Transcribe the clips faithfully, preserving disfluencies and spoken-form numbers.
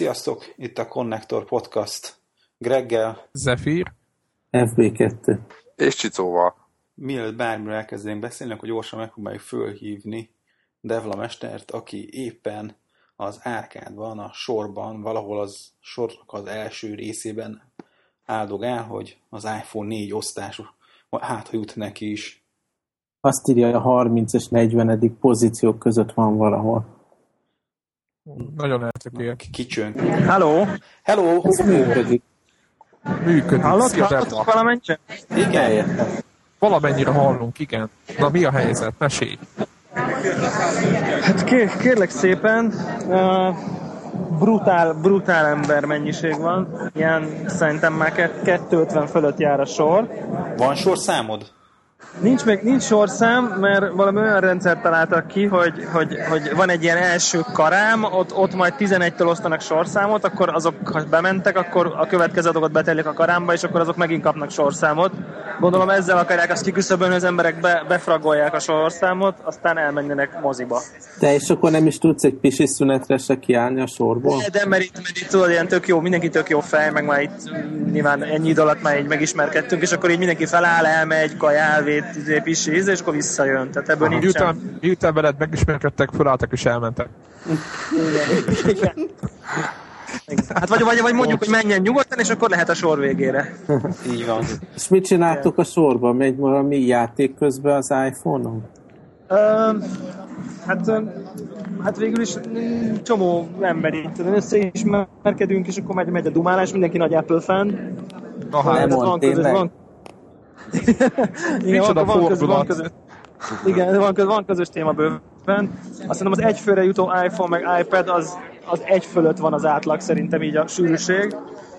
Sziasztok! Itt a Connector Podcast Greggel, Zephyr, ef bé kettő és Csicóval. Mielőtt bármiről elkezdenénk beszélni, akkor gyorsan megpróbáljuk fölhívni Devla mestert, aki éppen az árkádban, a sorban, valahol az sornak az első részében áldogál, hogy az iPhone négy osztás, hát ha jut neki is. Azt írja, hogy a harminc és negyvenedik pozíciók között van valahol. Nagyon eltökélt. Kicsönk. Hello! Hello! Ez működik. Működik. Hallott, Szia, hallottok Devla. valamennyire? Igen. Valamennyire hallunk, igen. Na, mi a helyzet? Mesélj! Hát kér, kérlek szépen, uh, brutál, brutál ember mennyiség van. Ilyen szerintem már kétszázötven fölött jár a sor. Van sorszámod? Nincs még nincs sorszám, mert valami olyan rendszert találtak ki, hogy, hogy, hogy van egy ilyen első karám, ott, ott majd tizenegytől osztanak sorszámot, akkor azok, ha bementek, akkor a következő adokat betelik a karámba, és akkor azok megint kapnak sorszámot. Gondolom ezzel akarják azt kiküszöbölni, hogy az emberek be, befragolják a sorszámot, aztán elmenjenek moziba. Te és akkor nem is tudsz egy pisi szünetre se kiállni a sorból? De, de mert itt, mert itt tudod, ilyen tök jó, mindenki tök jó fej, meg már itt nyilván ennyi idő alatt már így megismerkedtünk, és akkor így mindenki feláll, elmegy, kajálvét, pisi íz, és akkor visszajön. Tehát ebből nincsen. Miután, miután veled megismerkedtek, fölálltak és elmentek. Igen. Igen. Igen. Hát vagy, vagy, vagy mondjuk, hogy menjen nyugodtan, és akkor lehet a sor végére. Így van. És mit csináltok a sorban? Megy valami játék közben az iPhone-on? Uh, hát, uh, hát végül is mm, csomó ember itt. Összeismerkedünk, és akkor megy, megy a dumálás, mindenki nagy Apple fan. Aha, nem van közös, van, igen, van, van, közös, van, közös, igen, van, közös, van közös téma bőven. Azt hiszem az egyfőre jutó iPhone meg iPad az, az egy fölött van az átlag, szerintem így a sűrűség.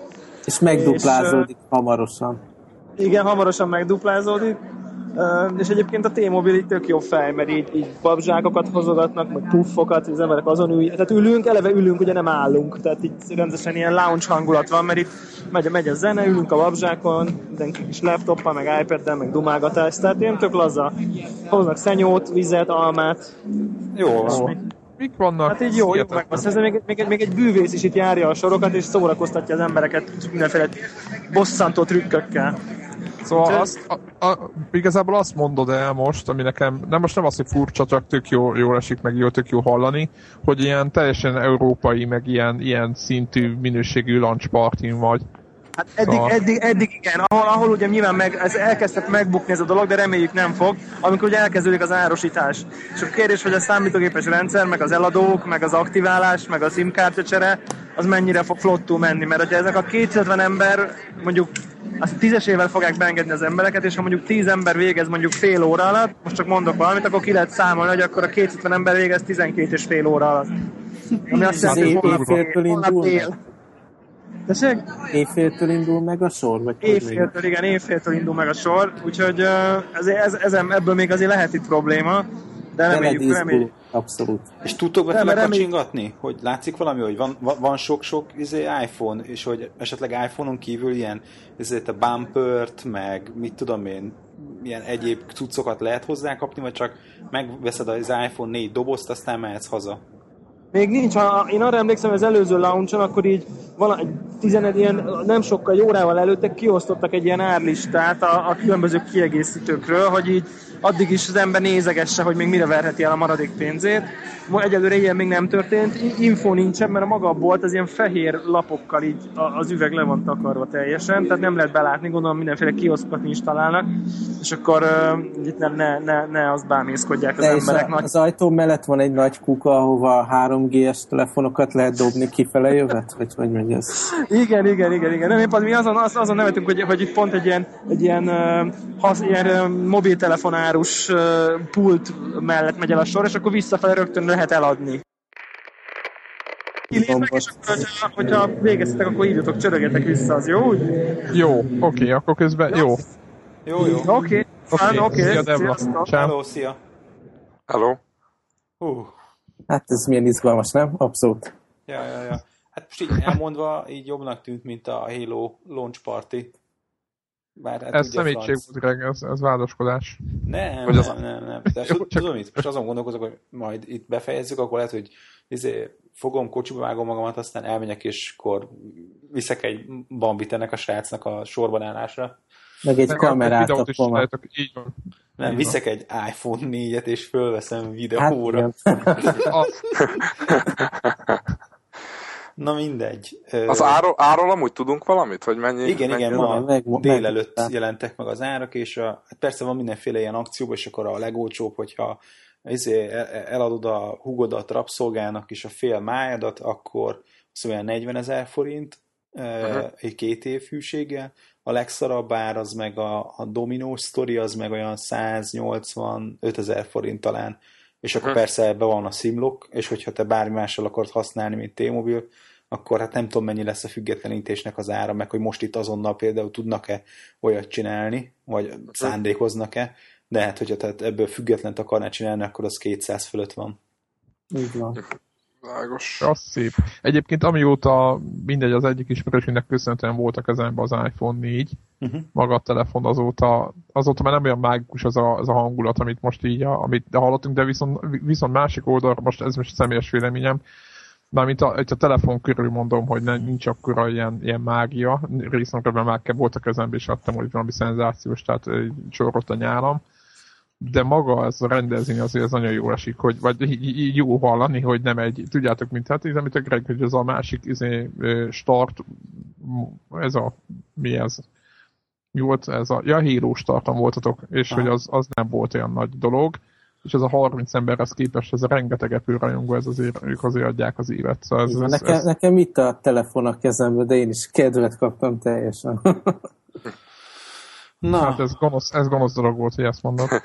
És megduplázódik és, hamarosan. Igen, hamarosan megduplázódik. Uh, és egyébként a T-Mobile így tök jó fej, mert így, így babzsákokat hozogatnak, meg puffokat, az emberek azon ülj. Tehát ülünk, eleve ülünk, ugye nem állunk. Tehát itt rendesen ilyen lounge hangulat van, mert itt megy, megy a zene, ülünk a babzsákon, mindenki kis laptoppal, meg iPad-del, meg dumálgatás. Tehát ilyen tök laza. Hoznak szenyót, vizet, almát. Jó van. Mik vannak? Hát így jó, jó meg van. Ez még, még, még egy bűvész is itt járja a sorokat, és szórakoztatja az embereket mindenféle bosszantó trükkökkel. Szóval azt, a, a, igazából azt mondod el most, ami nekem, nem most nem az, hogy furcsa, csak tök jó, jól esik, meg jó, tök jó hallani, hogy ilyen teljesen európai, meg ilyen, ilyen szintű minőségű launch partyn vagy. Hát eddig, szóval... eddig, eddig igen, ahol, ahol ugye nyilván meg, ez elkezdett megbukni ez a dolog, de reméljük nem fog, amikor ugye elkezdődik az árosítás. És a kérdés, hogy a számítógépes rendszer, meg az eladók, meg az aktiválás, meg a SIM-kártyacsere, az mennyire fog flottul menni, mert hogyha ezek a kétszázötven ember, mondjuk azt tízesével fogják beengedni az embereket, és ha mondjuk tíz ember végez mondjuk fél óra alatt, most csak mondok valamit, akkor ki lehet számolni, hogy akkor a kétszázötven ember végez tizenkét és fél óra alatt. Ami azt jelenti, hogy éjféltől indul meg? Tessék? Éjféltől indul meg a sor? Vagy éjféltől, igen, éjféltől indul meg a sor, úgyhogy ez, ez, ez, ebből még azért lehet itt probléma, de reméljük, reméljük. Abszolút. És tudtok vele kacsingatni? Hogy látszik valami, hogy van, van sok-sok izé, iPhone, és hogy esetleg iPhone-on kívül ilyen izé, a bumpert, meg mit tudom én, ilyen egyéb cuccokat lehet hozzá kapni, vagy csak megveszed az iPhone négy dobozt, aztán mehetsz haza? Még nincs, ha én arra emlékszem, hogy az előző launchon, akkor így valahogy tizenegy ilyen, nem sokkal, egy órával előtte kiosztottak egy ilyen árlistát a, a különböző kiegészítőkről, hogy így addig is az ember nézegesse, hogy még mire verheti el a maradék pénzét. Egyelőre ilyen még nem történt. Info nincsen, mert a maga a bolt az ilyen fehér lapokkal így az üveg le van takarva teljesen, tehát nem lehet belátni, gondolom mindenféle kioszkokat is találnak, és akkor uh, itt ne, ne, ne, ne azt bámészkodják az de emberek. A, nagy... Az ajtó mellett van egy nagy kuka, ahova három G-es telefonokat lehet dobni kifele jövet? Vagy hogy megy ez? Igen, igen, igen, igen. Nem, épp az, mi azon, az, azon nevetünk, hogy, hogy itt pont egy ilyen, egy ilyen, uh, hasz, ilyen uh, mobiltelefonárus uh, pult mellett megy el a sor, és akkor visszafele rögtön lehet eladni. Meg, és akkor, hogyha, hogyha végeztetek, akkor hívjatok, csörögjetek vissza, az jó? Úgy? Jó, oké, okay, akkor közben, jó. Jó, jó. Oké, okay. oké. Szia, Devla. Hello, szia. Hello. Uh. Hát ez milyen izgalmas, nem? Abszolút. Ja, ja, ja. Hát most így elmondva, így jobbnak tűnt, mint a Halo launch party. Bár, hát ez ugye szemétség franc... volt, Greg, ez, ez vádaskodás. Nem, Hogy nem, az... nem, nem. De Jó, csak... tudom, most azon gondolkozok, hogy majd itt befejezzük, akkor lehet, hogy izé, fogom, kocsiba vágom magamat, aztán elmegyek, és akkor viszek egy bambit ennek a srácnak a sorban állásra. Meg egy kamerát akkor már. Így van. Nem, így viszek van. egy iPhone négyet, és fölveszem videóra. Hát, Na mindegy. Az áról, áról amúgy tudunk valamit? Hogy mennyi? Igen, mennyi igen, van? ma meg, délelőtt meg, jelentek meg az árak, és a, hát persze van mindenféle ilyen akcióban, és akkor a legolcsóbb, hogyha izé, eladod a hugodat rabszolgának és a fél májadat, akkor szóval negyven ezer forint, uh-huh. egy két év hűséggel. A legszarabb ár az meg a, a Dominós sztori, az meg olyan száznyolcvanöt ezer forint talán, és akkor uh-huh. persze ebben van a Simlock, és hogyha te bármi mással akarod használni, mint T-Mobile, akkor hát nem tudom, mennyi lesz a függetlenítésnek az ára, meg hogy most itt azonnal például tudnak-e olyat csinálni, vagy szándékoznak-e, de hát hogyha tehát ebből függetlent akarná csinálni, akkor az kétszáz fölött van. így van. Világos. Az szép. Egyébként amióta mindegy, az egyik ismerősünknek köszönhetően volt a kezemben az iPhone négy, uh-huh. maga a telefon azóta, azóta már nem olyan mágikus az a, az a hangulat, amit most így, a, amit hallottunk, de viszont, viszont másik oldalra, most ez most személyes véleményem, mármint a, a telefon körül mondom, hogy ne, nincs akkora ilyen, ilyen mágia, részemről már volt a kezemben, és adtam, hogy valami szenzációs, tehát csorrott a nyálam. De maga ez a rendezvény azért az nagyon jó esik, hogy, vagy így, így jó hallani, hogy nem egy, tudjátok, mint hát, ez, amit a Greg, hogy ez a másik izé, start, ez a, mi ez? Mi volt ez a, ja, Halo starton voltatok, és ah. hogy az, az nem volt olyan nagy dolog, és ez a harminc emberhez képest, ez a rengeteg Apple rajongó, ez azért, ők azért adják az évet. Szóval ez, ez, nekem, ez... nekem itt a telefon a kezemben, de én is kedvet kaptam teljesen. Na. Hát ez gonosz, ez gonosz dolog volt, hogy ezt mondod.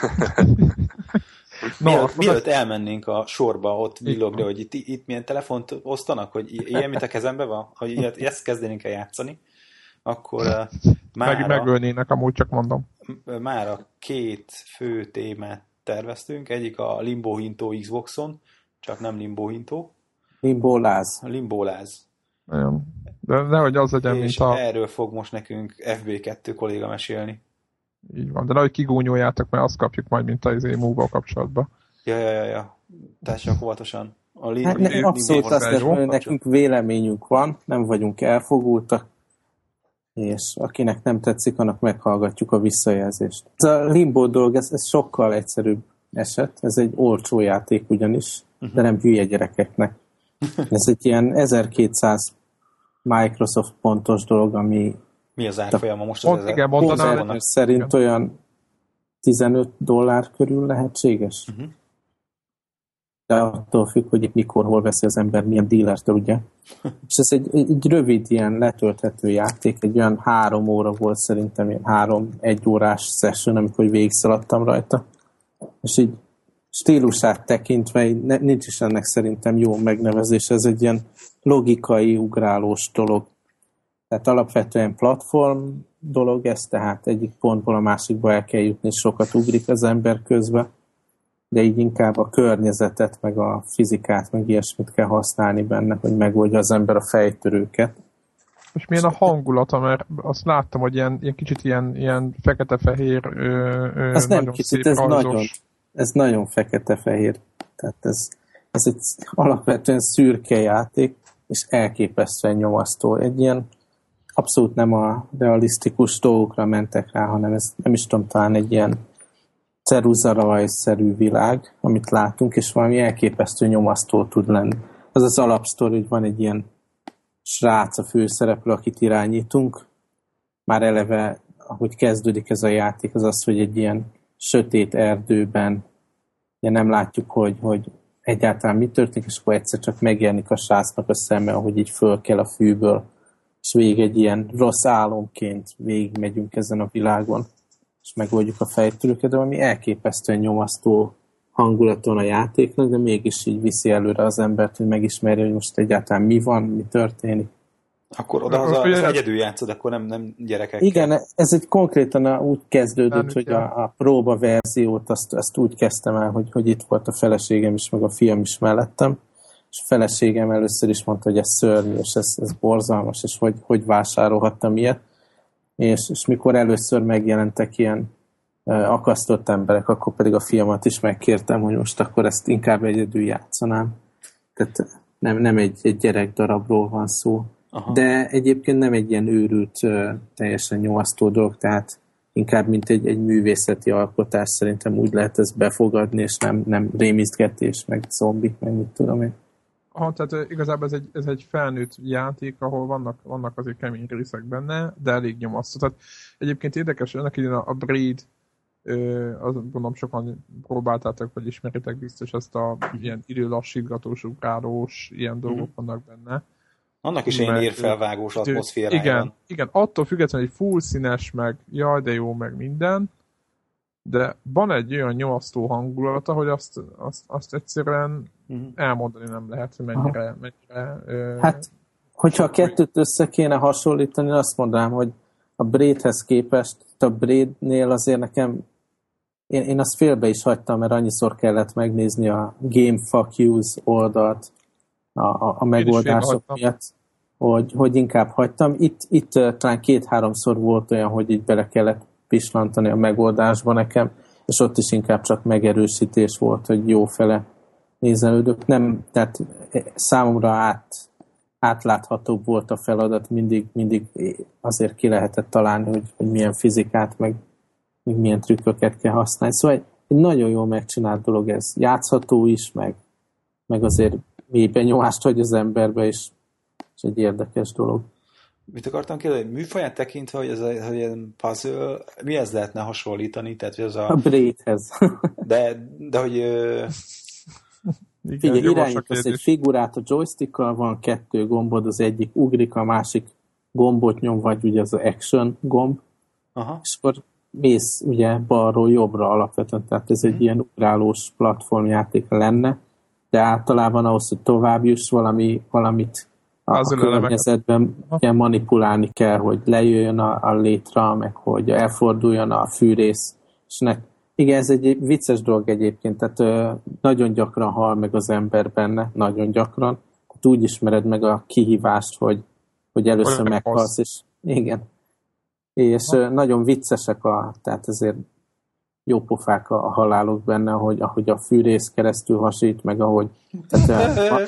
No, mielőtt elmennénk a sorba ott villogni, hogy itt, itt milyen telefont osztanak, hogy ilyen, mint a kezemben van, hogy ilyet, ezt kezdenénk el játszani, akkor uh, már Meg, megölnének, amúgy csak mondom. Már a két fő témát terveztünk, egyik a Limbo Hintó Xboxon, csak nem Limbo Hintó. Limboláz. Limboláz. Olyan. De nehogy az legyen, és mint a... erről fog most nekünk F B kettő kolléga mesélni. Így van, de nehogy kigúnyoljátok, mert azt kapjuk majd, mint az move-val kapcsolatban. Ja, ja, ja, ja. Tehát csak óvatosan. A li- hát ne, abszolút azt lesz, hogy nekünk véleményünk van, nem vagyunk elfogultak, és akinek nem tetszik, annak meghallgatjuk a visszajelzést. Ez a Limbo dolog, ez, ez sokkal egyszerűbb eset, ez egy olcsó játék ugyanis, uh-huh. de nem hülye gyerekeknek. Ez egy ilyen ezerkétszáz Microsoft pontos dolog, ami... Mi az árfolyama most az ezer? Mondanál, szerint igen. Olyan tizenöt dollár körül lehetséges. Uh-huh. De attól függ, hogy itt mikor, hol veszi az ember, milyen dílertől, ugye? És ez egy, egy rövid, ilyen letölthető játék, egy olyan három óra volt szerintem, ilyen három, egy órás session, amikor végigszaladtam rajta. És így stílusát tekintve nincs is ennek szerintem jó megnevezés, ez egy ilyen logikai, ugrálós dolog. Tehát alapvetően platform dolog ez, tehát egyik pontból a másikba el kell jutni, sokat ugrik az ember közben, de így inkább a környezetet, meg a fizikát, meg ilyesmit kell használni benne, hogy megoldja az ember a fejtörőket. És milyen a hangulata, mert azt láttam, hogy ilyen, ilyen kicsit ilyen, ilyen fekete-fehér, ö, ö, ez nagyon nem kicsit, szép ez rajzos. nagyon, ez nagyon fekete-fehér. Tehát ez, ez egy alapvetően szürke játék, és elképesztően nyomasztó. Egy ilyen abszolút nem a realisztikus dolgokra mentek rá, hanem ez nem is tudom, talán egy ilyen ceruzarajzszerű világ, amit látunk, és valami elképesztő nyomasztó tud lenni. Az az alapsztori, hogy van egy ilyen srác a főszereplő, akit irányítunk. Már eleve, ahogy kezdődik ez a játék, az az, hogy egy ilyen sötét erdőben, de nem látjuk, hogy, hogy egyáltalán mi történik, és akkor egyszer csak megjelenik a srácnak a szeme, ahogy így fölkel a fűből, és végig egy ilyen rossz álomként végigmegyünk ezen a világon, és megoldjuk a fejtörőket, de valami elképesztően nyomasztó hangulaton a játéknak, de mégis így viszi előre az embert, hogy megismerje, hogy most egyáltalán mi van, mi történik. Akkor odahaza az egyedül játszod, akkor nem, nem gyerekekkel. Igen, ez egy konkrétan úgy kezdődött, nem, hogy a, a próba verziót azt, azt úgy kezdtem el, hogy, hogy itt volt a feleségem is, meg a fiam is mellettem, és a feleségem először is mondta, hogy ez szörnyű, és ez, ez borzalmas, és hogy, hogy vásárolhattam ilyet. és, és mikor először megjelentek ilyen uh, akasztott emberek, akkor pedig a fiamat is megkértem, hogy most akkor ezt inkább egyedül játszanám. Tehát nem, nem egy, egy gyerekdarabról van szó. Aha. De egyébként nem egy ilyen őrült, uh, teljesen nyomasztó dolog, tehát inkább mint egy, egy művészeti alkotás szerintem úgy lehet ezt befogadni, és nem, nem rémisztgetés, meg zombik, meg mit tudom én. Aha, tehát igazából ez egy, ez egy felnőtt játék, ahol vannak, vannak azért kemény részek benne, de elég nyomasztó. Tehát egyébként érdekes, ennek idén a Braid, azt gondolom sokan próbáltátok, vagy ismeritek biztos ezt a ilyen időlassítgatós, ugrálós, ilyen dolgok mm. vannak benne. Annak is egy érfelvágós atmoszférája igen, van. Igen, attól függetlenül, hogy full színes, meg jaj, de jó, meg minden, de van egy olyan nyomasztó hangulata, hogy azt, azt, azt egyszerűen uh-huh. elmondani nem lehet, hogy mennyire... mennyire ö... Hát, hogyha a kettőt össze kéne hasonlítani, azt mondanám, hogy a Braidhez képest, a Braidnél azért nekem, én, én azt félbe is hagytam, mert annyiszor kellett megnézni a Game Fuck Use oldalt a, a, a megoldások miatt, hogy, hogy inkább hagytam. Itt, itt talán két-háromszor volt olyan, hogy így bele kellett pislantani a megoldásba nekem, és ott is inkább csak megerősítés volt, hogy jó fele nézelődök. Nem, tehát számomra át, átláthatóbb volt a feladat, mindig, mindig azért ki lehetett találni, hogy, hogy milyen fizikát, meg, meg milyen trükköket kell használni. Szóval egy, egy nagyon jól megcsinált dolog ez. Játszható is, meg, meg azért mélyben nyomást hagy az emberbe, és, és egy érdekes dolog. Mit akartam kérdezni? Műfaját tekintve, hogy ez a ilyen puzzle, mi ez lehetne hasonlítani? Tehát, hogy az a... a Braidhez. de, de hogy... Ö... Figyelj, irányítasz egy figurát a joystickkal, van kettő gombod, az egyik ugrik, a másik gombot nyom, vagy ugye az action gomb, aha. És akkor mész ugye balról jobbra alapvetően, tehát ez egy mm. ilyen ugrálós platformjáték lenne, de általában ahhoz, hogy tovább juss valami, valamit a, a környezetben ilyen manipulálni kell, hogy lejöjjön a, a létre, meg hogy elforduljon a fűrész, és ne, igen, ez egy vicces dolog egyébként, tehát ö, nagyon gyakran hal meg az ember benne, nagyon gyakran, hát úgy ismered meg a kihívást, hogy, hogy először meghalsz, és igen, és ö, nagyon viccesek a, tehát ezért jó pofák a, a halálok benne, ahogy, ahogy a fűrész keresztül hasít, meg ahogy... Tehát, van,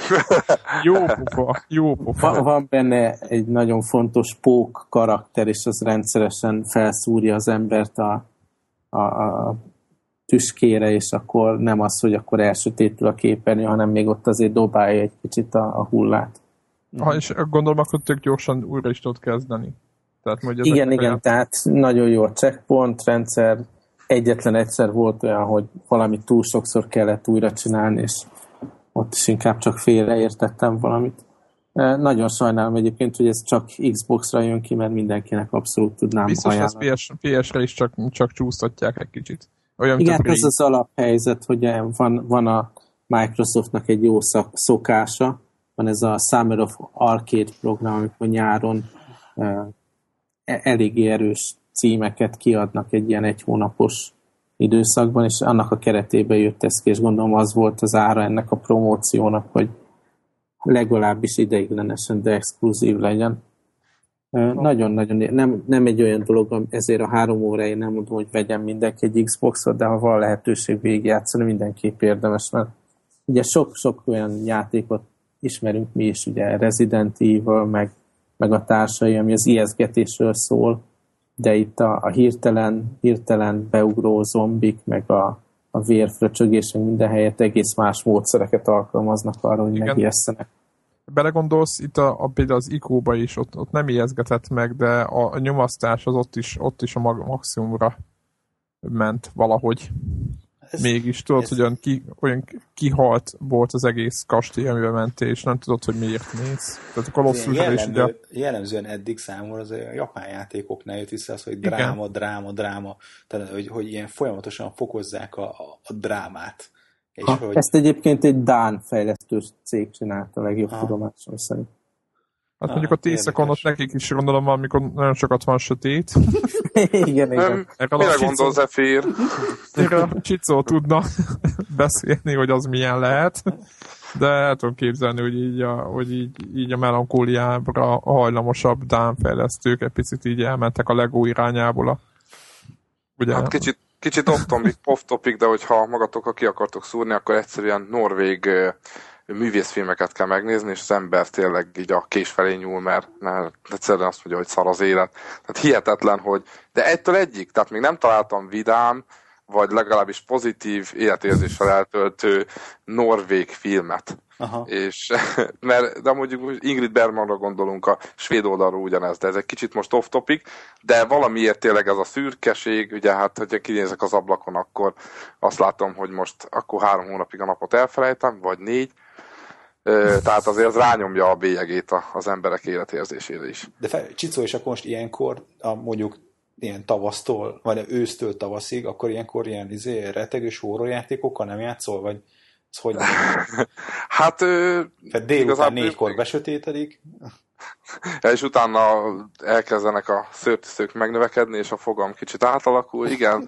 jó pofa, jó pofa. Van, van benne egy nagyon fontos pók karakter, és az rendszeresen felszúrja az embert a, a, a tüskére, és akkor nem az, hogy akkor elsötétül a képernyő, hanem még ott azért dobálja egy kicsit a, a hullát. Ha, és gondolom, akkor tök gyorsan újra is tudod kezdeni. Tehát, igen, igen, olyan... tehát nagyon jó a checkpoint rendszer. Egyetlen egyszer volt olyan, hogy valamit túl sokszor kellett újra csinálni, és ott is inkább csak félreértettem valamit. Nagyon sajnálom egyébként, hogy ez csak Xbox-ra jön ki, mert mindenkinek abszolút tudnám biztos ajánlani. Biztos, hogy pé es-re is csak, csak csúsztatják egy kicsit. Olyan, igen, ez az alaphelyzet, hogy van, van a Microsoftnak egy jó szak, szokása, van ez a Summer of Arcade program, amikor nyáron uh, eléggé erős címeket kiadnak egy ilyen egy hónapos időszakban, és annak a keretében jött ez ki, és gondolom az volt az ára ennek a promóciónak, hogy legalábbis ideiglenesen, de exkluzív legyen. Nagyon-nagyon, nem, nem egy olyan dolog, ezért a három óráig nem mondom, hogy vegyen mindenki egy Xboxot, de ha van lehetőség végigjátszani, mindenképp érdemes, mert ugye sok-sok olyan játékot ismerünk mi is, ugye Resident Evil, meg, meg a társai, ami az ijesztgetésről szól, de itt a, a hirtelen, hirtelen beugró zombik, meg a, a vérfröcsögés, meg minden helyet egész más módszereket alkalmaznak arra, hogy megijesztenek. Belegondolsz, itt a, a, például az ikóba is, ott, ott nem ijeszgetett meg, de a, a nyomasztás az ott is, ott is a mag, maximumra ment valahogy. Ez, mégis tudod, ez... hogy olyan, ki, olyan kihalt volt az egész kastély, amivel mentél, és nem tudod, hogy miért mész. Tehát a kolosszusra is ugye... Jellemzően eddig számomra az a japán játékoknál jött vissza az, hogy dráma, igen. dráma, dráma. Tehát, hogy, hogy ilyen folyamatosan fokozzák a, a, a drámát. És ha, hogy... Ezt egyébként egy dán fejlesztő cég csinálta a legjobb tudomásom szerint. Hát ah, mondjuk a Tészekon ott nekik is gondolom, amikor nagyon sokat van sötét. igen, igen. Mire gondol Zephyr? Mire a Csicó tudna beszélni, hogy az milyen lehet. De el tudom képzelni, hogy így a, hogy így, így a melankóliára hajlamosabb dámfejlesztők egy picit így elmentek a Lego irányából. A, ugye? Hát kicsit, kicsit off-topic, off-topic, de hogyha magatok ki akartok szúrni, akkor egyszerűen norvég művészfilmeket kell megnézni, és az ember tényleg így a kés felé nyúl, mert, mert egyszerűen azt mondja, hogy szar az élet. Tehát hihetetlen, hogy... De egytől egyik, tehát még nem találtam vidám, vagy legalábbis pozitív életérzéssel eltöltő norvég filmet. Aha. És, mert, de mondjuk Ingrid Bergmanra gondolunk, a svéd oldalról ugyanez, de ez egy kicsit most off-topic, de valamiért tényleg ez a szürkeség, ugye hát, hogyha kinézek az ablakon, akkor azt látom, hogy most akkor három hónapig a napot elfelejtem, vagy négy, tehát azért rányomja a bélyegét az emberek életérzésére is. De fel, Csicó, és akkor most ilyenkor a, mondjuk ilyen tavasztól, vagy ősztől tavaszig, akkor ilyenkor ilyen izé, retegős horrorjátékokkal nem játszol, vagy ez hogy? Hát... Tehát délután négykor besötétedik. És utána elkezdenek a szőrtisztők megnövekedni, és a fogam kicsit átalakul, igen.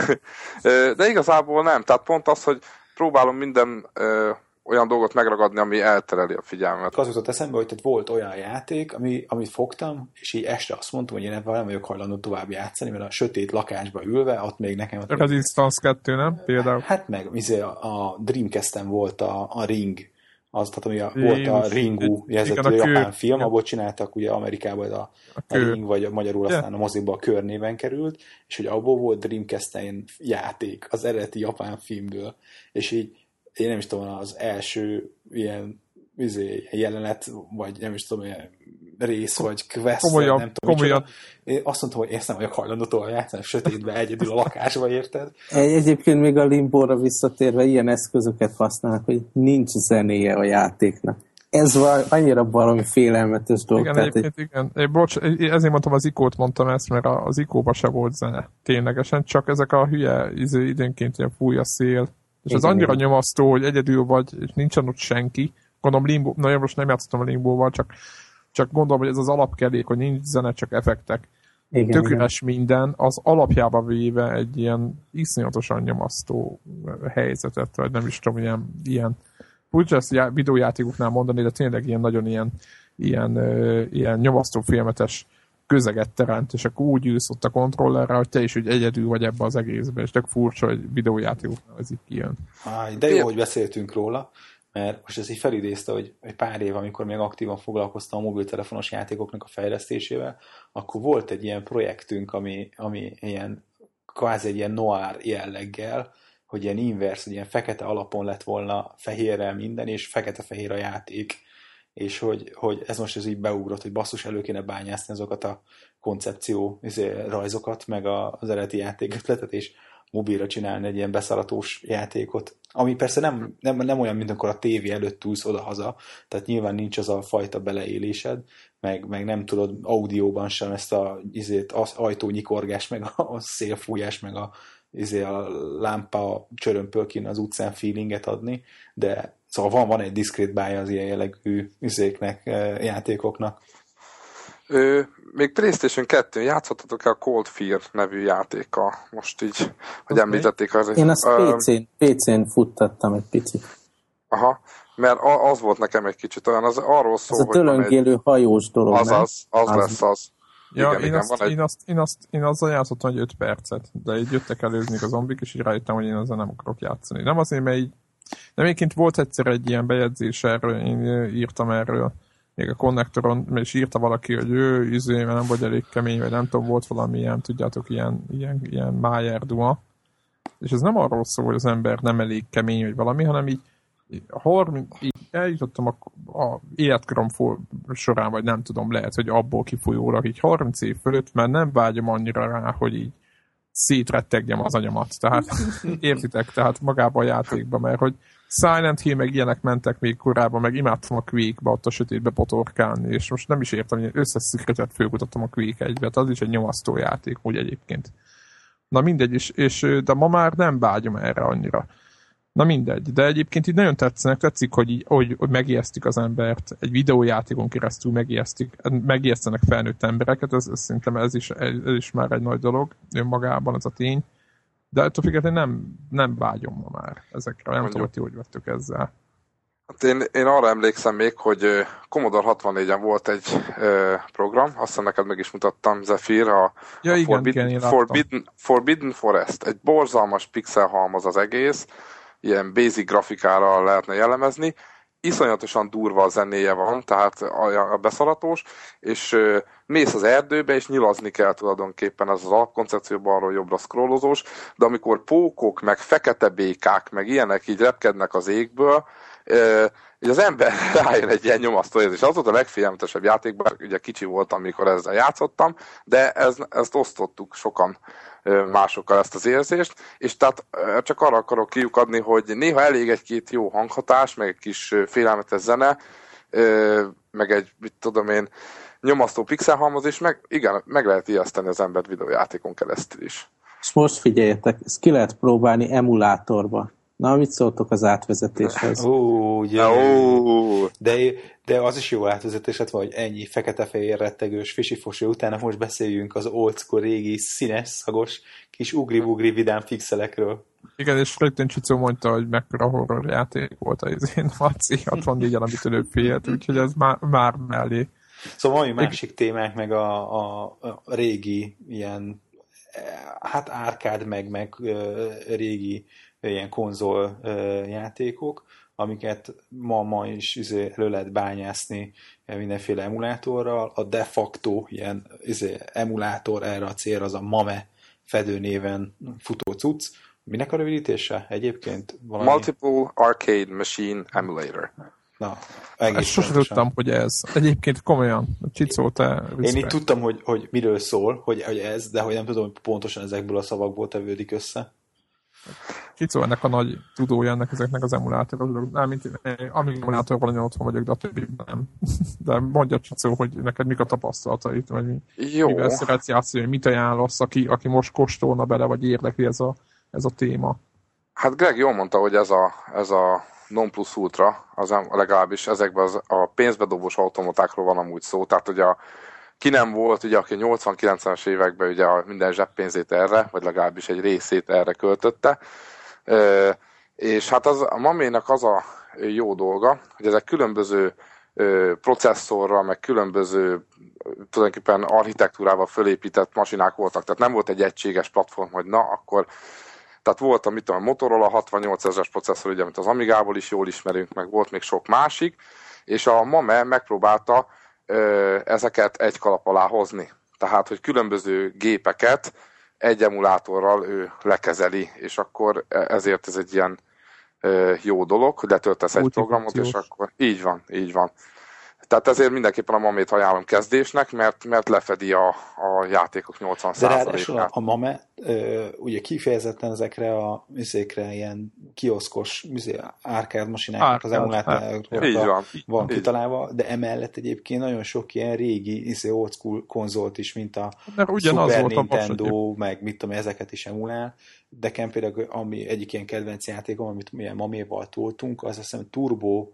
De igazából nem. Tehát pont az, hogy próbálom minden olyan dolgot megragadni, ami eltereli a figyelmet. Az jutott eszembe, hogy tehát volt olyan játék, ami, amit fogtam, és így este azt mondtam, hogy én ebben nem vagyok hajlandó tovább játszani, mert a sötét lakásba ülve, ott még nekem... A Resistance kettő, nem? Például. Hát meg izé, a Dreamcast-en volt a, a Ring, az, tehát ami a, volt a Ringu jelzető japán film, abból csináltak ugye Amerikában ez a, a, a Ring, vagy magyarul aztán yeah. a moziba a Kör néven került, és hogy abból volt Dreamcast-en játék az eredeti japán filmből, és így én nem is tudom, az első ilyen izé, jelenet, vagy nem is tudom, ilyen rész, vagy quest, komolyan, vagy nem tudom, komolyan. Én azt mondtam, hogy ezt nem vagyok hajlandó tovább játszani, sötétben egyedül a lakásba, érted? Egyébként még a Limbo-ra visszatérve ilyen eszközöket használnak, hogy nincs zenéje a játéknak. Ez van, annyira valami félelmetes dolog. Igen, tehát, egyébként igen. Én, bocs, ezért mondtam az ikót, mondtam ezt, mert az ikóban se volt zene. Ténylegesen, csak ezek a hülye izé, időnként ilyen fúj a szél. És ez annyira igen. nyomasztó, hogy egyedül vagy, és nincsen ott senki. Gondolom Limbo, na én most nem játszottam a Limbóval, csak, csak gondolom, hogy ez az alapkellék, hogy nincs zene, csak effektek. Igen, tök üres minden, az alapjába véve egy ilyen iszonyatosan nyomasztó helyzetet, vagy nem is tudom, ilyen, ilyen úgy ezt videójátékoknál mondani, de tényleg ilyen nagyon ilyen, ilyen, ilyen nyomasztó filmetes közeget teremt, és akkor úgy ülsz ott a kontrollerre, hogy te is úgy egyedül vagy ebbe az egészben, és tök furcsa, hogy videójátékoknál ez így kijön. Áj, de jó, hogy beszéltünk róla, mert most ez így felidézte, hogy egy pár év, amikor még aktívan foglalkoztam a mobiltelefonos játékoknak a fejlesztésével, akkor volt egy ilyen projektünk, ami, ami ilyen kvázi egy ilyen noir jelleggel, hogy ilyen inverse, hogy ilyen fekete alapon lett volna fehérrel minden, és fekete-fehér a játék. És hogy, hogy ez most ez így beugrott, hogy basszus, elő kéne bányászni azokat a koncepció rajzokat, meg az eredeti játékötletet, és mobilra csinálni egy ilyen beszaratós játékot. Ami persze nem, nem, nem olyan, mint amikor a tévé előtt ülsz oda-haza, tehát nyilván nincs az a fajta beleélésed, meg, meg nem tudod audióban sem ezt a izét, az ajtónyikorgás, meg a, a szélfújás, meg a, izé, a lámpa csörömpöl kínne az utcán feelinget adni, de szóval van, van egy diszkrét bája az ilyen jellegű izéknek, játékoknak. Ö, még PlayStation kettőn játszottatok-e a Cold Fear nevű játéka? Most így, hogy okay. említették. Az, Én azt pé cén, pé cén futtattam egy picit. Aha, mert az volt nekem egy kicsit olyan, az arról szól, az hogy... a tölöngélő egy... hajós dolog, az, nem? Az, az, az lesz az. Ja, igen, én, igen, azt, egy... én, azt, én, azt, én azzal játszottam egy öt percet, de így jöttek előzni a zombik, és így rájöttem, hogy én azzal nem akarok játszani. Nem azért, mert így... Nem, egyébként volt egyszer egy ilyen bejegyzés erről, én írtam erről, még a konnektoron, és írta valaki, hogy ő izé, nem vagy elég kemény, vagy nem tudom, volt valami ilyen, tudjátok, ilyen, ilyen, ilyen májer duma. És ez nem arról szól, hogy az ember nem elég kemény, vagy valami, hanem így, harminc, így eljutottam a, a életkorom során, vagy nem tudom, lehet, hogy abból kifolyólag, így harminc év fölött, mert nem vágyom annyira rá, hogy így szétrettegjem az agyamat. Tehát értitek, tehát magában a játékban, mert hogy Silent Hill meg ilyenek mentek még korábban, meg imádtam a Quake-ba ott a sötétbe potorkálni, és most nem is értem, hogy összes szikretet fölkutattam a Quake egybe, az is egy nyomasztó játék, úgy egyébként. Na mindegy, és, és, de ma már nem vágyom erre annyira. Na mindegy, de egyébként így nagyon tetszenek, tetszik, hogy, így, hogy, hogy megijesztik az embert, egy videójátékon keresztül megijesztik, megijesztenek felnőtt embereket, ez, ez szerintem ez is, ez is már egy nagy dolog önmagában, ez a tény. De ettől függetlenül nem, nem vágyom ma már ezekre, nem tudom, hogy ti hogy vettük ezzel. Hát én, én arra emlékszem még, hogy Commodore hatvannégyen volt egy uh, program, aztán neked meg is mutattam, Zephyr, a, ja, a igen, Forbidden, igen, Forbidden, Forbidden Forest. Egy borzalmas pixelhalmaz az egész, ilyen basic grafikára lehetne jellemezni, iszonyatosan durva a zenéje van, tehát a, a beszaratós, és uh, mész az erdőbe, és nyilazni kell tulajdonképpen, ez az alapkoncepció, balról jobbra scrollozós, de amikor pókok, meg fekete békák, meg ilyenek így repkednek az égből, uh, így az ember rájön egy ilyen nyomasztó érzés. Az volt a legfélelmetesebb játékban, ugye kicsi voltam, amikor ezzel játszottam, de ez, ezt osztottuk sokan másokkal ezt az érzést, és tehát csak arra akarok kiukadni, hogy néha elég egy-két jó hanghatás, meg egy kis félelmetes zene, meg egy, mit tudom én, nyomasztó pixelhalmaz, és meg, igen, meg lehet ijeszteni az embert videójátékon keresztül is. És most figyeljetek, ezt ki lehet próbálni emulátorba. Na, mit szóltok az átvezetéshez? Ó, ugye. Oh. De, de az is jó átvezetés, hát vagy ennyi fekete-fehér rettegős fisi-fosi, utána most beszéljünk az old school régi színes, szagos, kis ugri-bugri vidám pixelekről. Igen, és rögtön Csicó mondta, hogy mekkora horror játék volt az én Maci hatvannégyen, amit ő félt, úgyhogy ez már, már mellé. Szóval valami másik témák, meg a, a, a régi ilyen, hát árkád, meg, meg régi ilyen konzol játékok, amiket ma, ma is izé, elő lehet bányászni mindenféle emulátorral. A de facto ilyen izé, emulátor erre a célra az a MAME fedőnéven futó cucc. Minek a rövidítése egyébként? Valami... Multiple Arcade Machine Emulator. Na, ezt sosem tudtam, hogy ez. Egyébként komolyan, Csicó, te... Én így tudtam, hogy, hogy miről szól, hogy, hogy ez, de hogy nem tudom, hogy pontosan ezekből a szavakból tevődik össze. Csicó ennek a nagy tudója ennek ezeknek az emulátorok. Nem, mint amíg emulátorban nagyon otthon vagyok, de a többi nem. De mondja Csicó, hogy neked mik a tapasztalatait, vagy mi, mivel szeretsz játszani, hogy mit ajánlasz, aki, aki most kóstolna bele, vagy érdekli ez a, ez a téma. Hát Greg jól mondta, hogy ez a, ez a non plus ultra, az legalábbis ezekben az, a pénzbedobós automatákról van amúgy szó, tehát ugye a, ki nem volt, ugye aki nyolcvan-kilencvenes években ugye a minden zseppénzét erre, vagy legalábbis egy részét erre költötte, e, és hát az, a maménak az a jó dolga, hogy ezek különböző e, processzorral, meg különböző tulajdonképpen architektúrával fölépített masinák voltak, tehát nem volt egy egységes platform, hogy na, akkor tehát volt a, mit tudom, a Motorola hatvannyolcezres processzor, ugye, amit az Amigából is jól ismerünk, meg volt még sok másik, és a MAME megpróbálta ö, ezeket egy kalap alá hozni. Tehát, hogy különböző gépeket egy emulátorral ő lekezeli, és akkor ezért ez egy ilyen ö, jó dolog, hogy letöltesz egy programot, és akkor így van, így van. Tehát ezért mindenképpen a mamét ajánlom kezdésnek, mert, mert lefedi a, a játékok nyolcvan százalékát. De ráadásul a mame ö, ugye kifejezetten ezekre a műszékre ilyen kioszkos árkád masináknak az emulátorokra van kitalálva, de emellett egyébként nagyon sok ilyen régi izé, old school konzolt is, mint a Super Nintendo, meg mit tudom, ezeket is emulál. De nekem például ami egyik ilyen kedvenc játékom, amit milyen maméval toltunk, az azt hiszem Turbo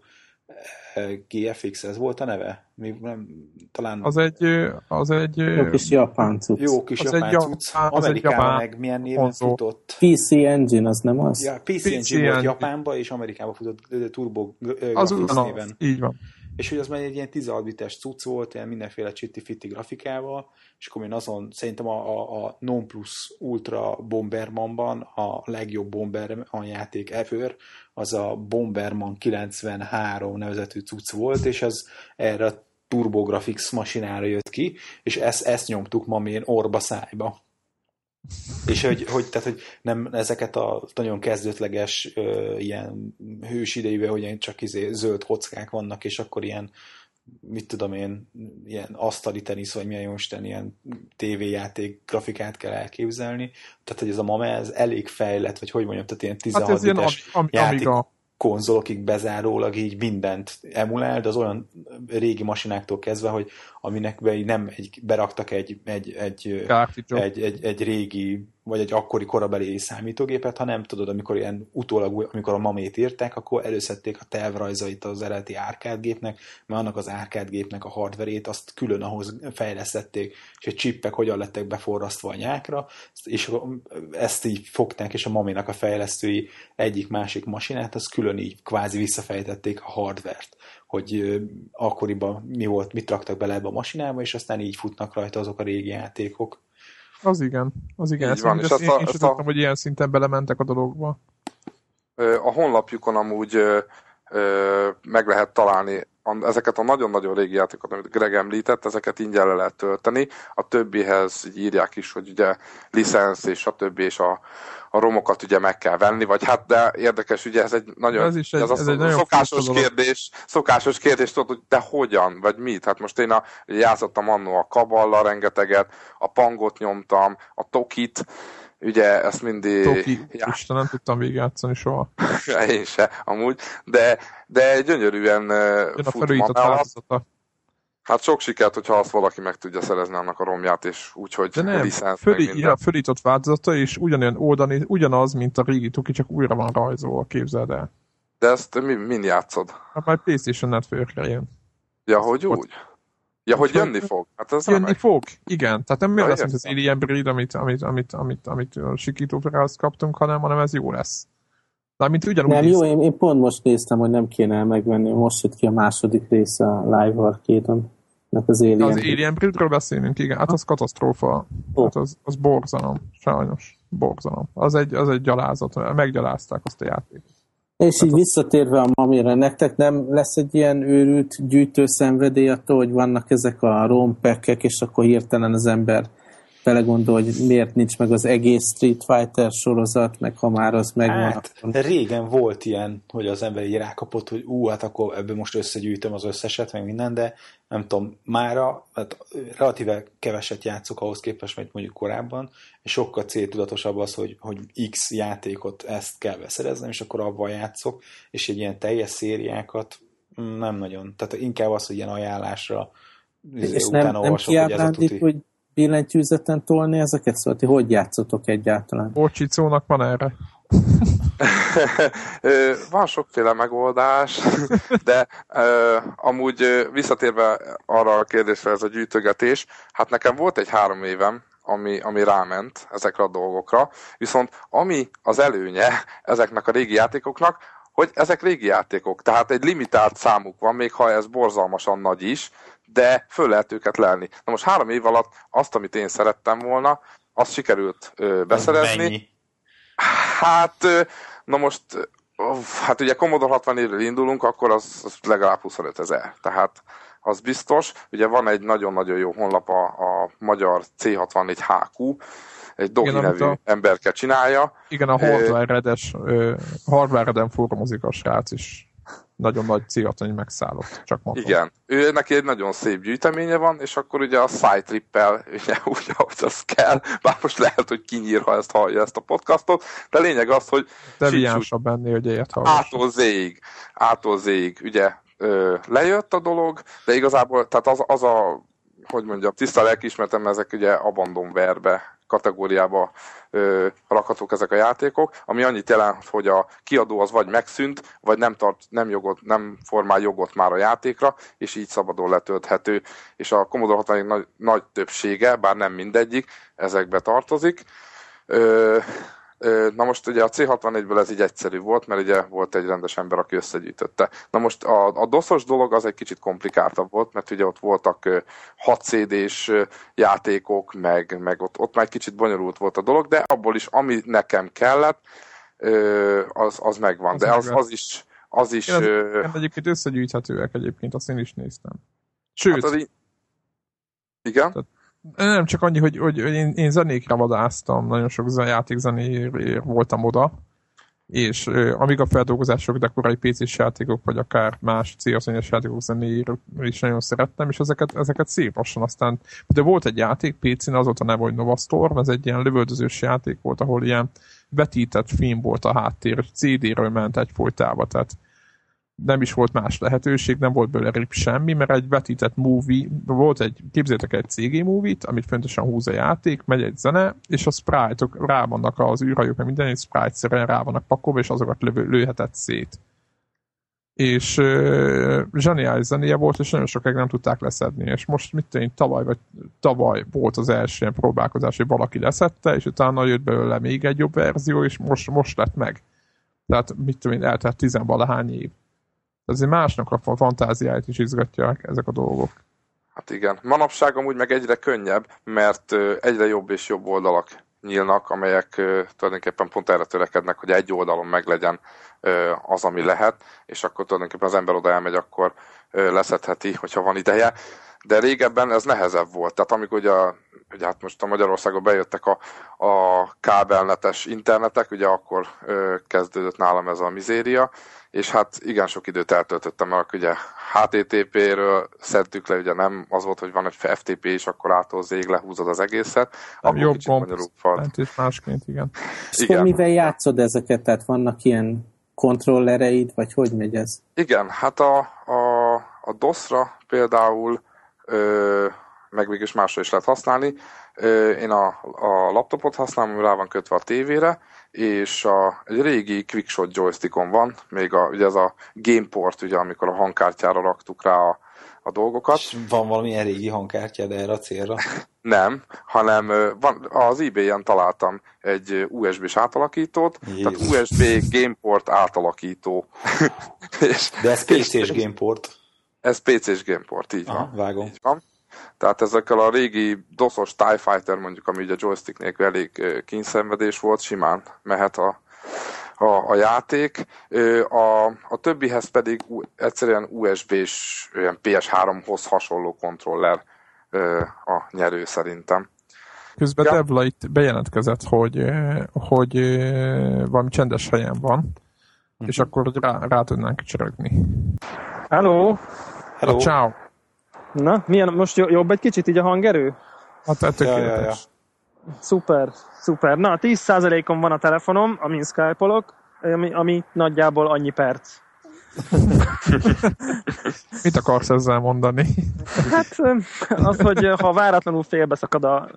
gé ef iksz, ez volt a neve? Mi, nem, talán... Az egy... Az egy jó kis japán cucc. Jó kis az japán egy cucc. Amerikában meg milyen néven futott? pé cé Engine, az nem az? Ja, pé cé, pé cé Engine volt Japánban, és Amerikában futott Turbo Graphics néven. Így van. És hogy az már egy ilyen tízhárom bites cucc volt, ilyen mindenféle csitti-fitti grafikával, és akkor én azon szerintem a, a, a Non Plus Ultra Bombermanban a legjobb Bomberman játék ever, az a Bomberman kilencvenhárom nevezetű cucc volt, és az erre a TurboGrafx masinára jött ki, és ezt, ezt nyomtuk mamén orba szájba. És hogy, hogy, tehát, hogy nem ezeket a nagyon kezdetleges ö, ilyen hős idejűvel, hogy ilyen csak izé zöld hockák vannak, és akkor ilyen, mit tudom én, ilyen asztali tenisz, vagy milyen jóisten ilyen tévéjáték grafikát kell elképzelni. Tehát, hogy ez a MAME, ez elég fejlett, vagy hogy mondjam, tehát ilyen tizenhat bites hát játék konzolokig bezárólag így mindent emulál, de az olyan régi masináktól kezdve, hogy aminek be nem egy, beraktak egy, egy, egy, egy, egy, egy régi vagy egy akkori korabeli számítógépet, hanem tudod, amikor ilyen utólag, amikor a mamét írták, akkor előszedték a tervrajzait az eredeti árkádgépnek, mert annak az árkádgépnek a hardverét azt külön ahhoz fejlesztették, és egy csippek hogyan lettek beforrasztva a nyákra, és ezt így fogták, és a maménak a fejlesztői egyik-másik masinát, azt külön így kvázi visszafejtették a hardvert, hogy akkoriban mi volt, mit raktak bele ebbe a masinába, és aztán így futnak rajta azok a régi játékok. Az igen, az igen. Ezt van, ezt és én, a, én sem tudtam, hogy ilyen szinten belementek a dologba. A honlapjukon amúgy ö, ö, meg lehet találni ezeket a nagyon-nagyon régi játékokat, amit Greg említett, ezeket ingyen le lehet tölteni. A többihez írják is, hogy ugye licensz és a többi, és a, a romokat ugye meg kell venni, vagy hát, de érdekes, ugye ez egy nagyon, ez is egy, ez ez a egy nagyon szokásos kérdés, szokásos kérdés, tudod, hogy de hogyan, vagy mit? Hát most én a, játszottam annó a Kaballa rengeteget, a Pangot nyomtam, a Tokit, ugye ezt mindig... Toki, ja. Isten, nem tudtam végigjátszani soha. Én se, amúgy, de, de gyönyörűen Jön a felújított változata. Hát sok sikert, hogyha azt valaki meg tudja szerezni annak a romját, és úgyhogy licensz föl, meg minden. ja, fölított változata, és ugyanolyan oldani, ugyanaz, mint a régi Toki, csak újra van rajzolva, képzeld el. De ezt mi, min játszod? Hát majd PlayStation Networkre jön. Ja, hogy úgy? Ja, hogy jönni fog? Hát ez jönni remek. fog, igen. Tehát nem Ja, mi lesz, mint az értem. Alien Breed, amit, amit, amit, amit, amit, amit sikítóra kaptunk, hanem, hanem ez jó lesz. De mint ugyanúgy Nem, is. jó, én, én pont most néztem, hogy nem kéne megvenni. Most jött ki a második része a Live Arcade-on. Az Alien, az Alien Breedről beszélünk, igen. Hát az katasztrófa. Oh. Hát az, az borzalom. Sajnos. Borzalom. Az egy, az egy gyalázat. Meggyalázták azt a játékot. És így visszatérve a mamira, nektek nem lesz egy ilyen őrült gyűjtőszenvedély attól, hogy vannak ezek a rompekek, és akkor hirtelen az ember belegondol, hogy miért nincs meg az egész Street Fighter sorozat, meg ha már az megvan. Hát, akkor... régen volt ilyen, hogy az ember így rákapott, hogy ú, hát akkor ebből most összegyűjtöm az összeset, meg minden, de nem tudom, mára hát relatíve keveset játszok ahhoz képest, mint mondjuk korábban, és sokkal céltudatosabb az, hogy, hogy X játékot ezt kell beszereznem, és akkor abban játszok, és egy ilyen teljes szériákat nem nagyon. Tehát inkább az, hogy ilyen ajánlásra és nem, nem kiábrándít, hogy billentyűzeten tolni ezeket? Szóval ti hogy játszotok egyáltalán? Bocsicónak van erre. Van sokféle megoldás, de uh, amúgy uh, visszatérve arra a kérdésre, ez a gyűjtögetés, hát nekem volt egy három évem, ami, ami ráment ezekre a dolgokra, viszont ami az előnye ezeknek a régi játékoknak, hogy ezek régi játékok, tehát egy limitált számuk van, még ha ez borzalmasan nagy is, de föl lehet őket lelni. Na most három év alatt azt, amit én szerettem volna, azt sikerült ö, beszerezni. Mennyi? Hát, ö, na most, ö, hát ugye Commodore hatvannégyről indulunk, akkor az, az legalább huszonöt ezer. Tehát az biztos. Ugye van egy nagyon-nagyon jó honlap, a, a magyar cé hatvannégy há kú, egy Dogi igen, nevű a... emberke csinálja. Igen, a Hardware-redes, uh, Hardware-reden fórumozik a srác is. Nagyon nagy cé hatvannégy megszállott, csak mondom. Igen, ő neki egy nagyon szép gyűjteménye van, és akkor ugye a Sci-Trippel, ugye úgy, ahogy az kell, bár most lehet, hogy kinyír, ha ezt hallja ezt a podcastot, de lényeg az, hogy deviánsabb ennél, hogy ilyet hallgass. Ától zéig, ától zéig, ugye ö, lejött a dolog, de igazából, tehát az, az a, hogy mondjam, tiszta lelkiismeretem, ezek ugye abandonware-be kategóriába ö, rakhatók ezek a játékok, ami annyit jelent, hogy a kiadó az vagy megszűnt, vagy nem tart, nem, jogot, nem formál jogot már a játékra, és így szabadon letölthető, és a Commodore hatvannégy nagy, nagy többsége, bár nem mindegyik, ezekbe tartozik. Ö, ö, na most ugye a cé hatvannégyből ez így egyszerű volt, mert ugye volt egy rendes ember, aki összegyűjtötte. Na most a, a doszos dolog az egy kicsit komplikáltabb volt, mert ugye ott voltak ö, hat cé dés ö, játékok, meg, meg ott, ott már egy kicsit bonyolult volt a dolog, de abból is, ami nekem kellett, ö, az, az megvan. Az de az, az is... Az is az, ö... egyébként összegyűjthetőek egyébként, azt én is néztem. Sőt... Hát az... Igen? Tehát, nem, csak annyi, hogy, hogy én, én zenékre vadáztam, nagyon sok játékzenéért voltam oda, és euh, amíg a feldolgozások, de korai pé cés játékok, vagy akár más cé hatvannégyes játékok zenéért is nagyon szerettem, és ezeket, ezeket szép lassan aztán, de volt egy játék pé cén, az volt a neve, hogy Nova Storm, ez egy ilyen lövöldözős játék volt, ahol ilyen vetített film volt a háttér, és cé dé-ről ment egyfolytában, tehát nem is volt más lehetőség, nem volt belőle rip semmi, mert egy vetített movie, volt egy, képzeljétek egy cé gé movie-t, amit fontosan húz a játék, megy egy zene, és a sprite-ok rá vannak az űrhajók, meg minden, és sprite-szerűen rá vannak pakolva, és azokat lő, lőhetett szét. És uh, zseniális zenéje volt, és nagyon sokáig nem tudták leszedni, és most mit tenni, tavaly vagy tavaly volt az első ilyen próbálkozás, hogy valaki leszedte, és utána jött belőle még egy jobb verzió, és most, most lett meg. Tehát mit tudom én, eltelt tizenvalahány év. Azért másnak a fantáziáit is izgatják ezek a dolgok. Hát igen. Manapság amúgy meg egyre könnyebb, mert egyre jobb és jobb oldalak nyílnak, amelyek tulajdonképpen pont erre törekednek, hogy egy oldalon meglegyen az, ami lehet, és akkor tulajdonképpen az ember oda elmegy, akkor leszedheti, hogyha van ideje. De régebben ez nehezebb volt. Tehát amikor ugye, ugye hát most a Magyarországon bejöttek a, a kábelnetes internetek, ugye akkor kezdődött nálam ez a mizéria, és hát igen sok időt eltöltöttem, mert ugye há té té pé-ről szedtük le, ugye nem az volt, hogy van egy ef té pé és akkor átolzég, lehúzod az egészet. Nem, jobb gomb, és másként, igen. És igen. Mivel játszod ezeket? Tehát vannak ilyen kontrollereid, vagy hogy megy ez? Igen, hát a, a, a dosra például ö, meg mégis másra is lehet használni. Ö, én a, a laptopot használom, ami rá van kötve a tévére, és a, egy régi quickshot joystickon van, még a, ugye ez a gameport, ugye, amikor a hangkártyára raktuk rá a, a dolgokat. És van valamilyen régi hangkártyád erre a célra? Nem, hanem van, az eBay-en találtam egy u es bé-s átalakítót, Jézus. Tehát u es bé gameport átalakító. és, De ez pé cés gameport? Ez pé cés gameport, így Aha, van. Vágom. Így van. Tehát ezekkel a régi doszos TIE Fighter, mondjuk, ami ugye a joystick nélkül elég kényszenvedés volt, simán mehet a, a, a játék. A, a többihez pedig egyszerűen u es bé-s olyan pé es háromhoz hasonló kontroller a nyerő szerintem. Közben ja. Devla itt bejelentkezett, hogy, hogy valami csendes helyen van, uh-huh. és akkor rá, rá tudnánk csörögni. Hello! Hello! Ciao. Na, milyen, most jobb egy kicsit így a hangerő? Hát ez tökéletes. Ja, ja, ja. Szuper, szuper. Na, tíz százalékon van a telefonom, amin skype-olok, ami, ami nagyjából annyi perc. Mit akarsz ezzel mondani? Hát az, hogy ha váratlanul félbeszakad a,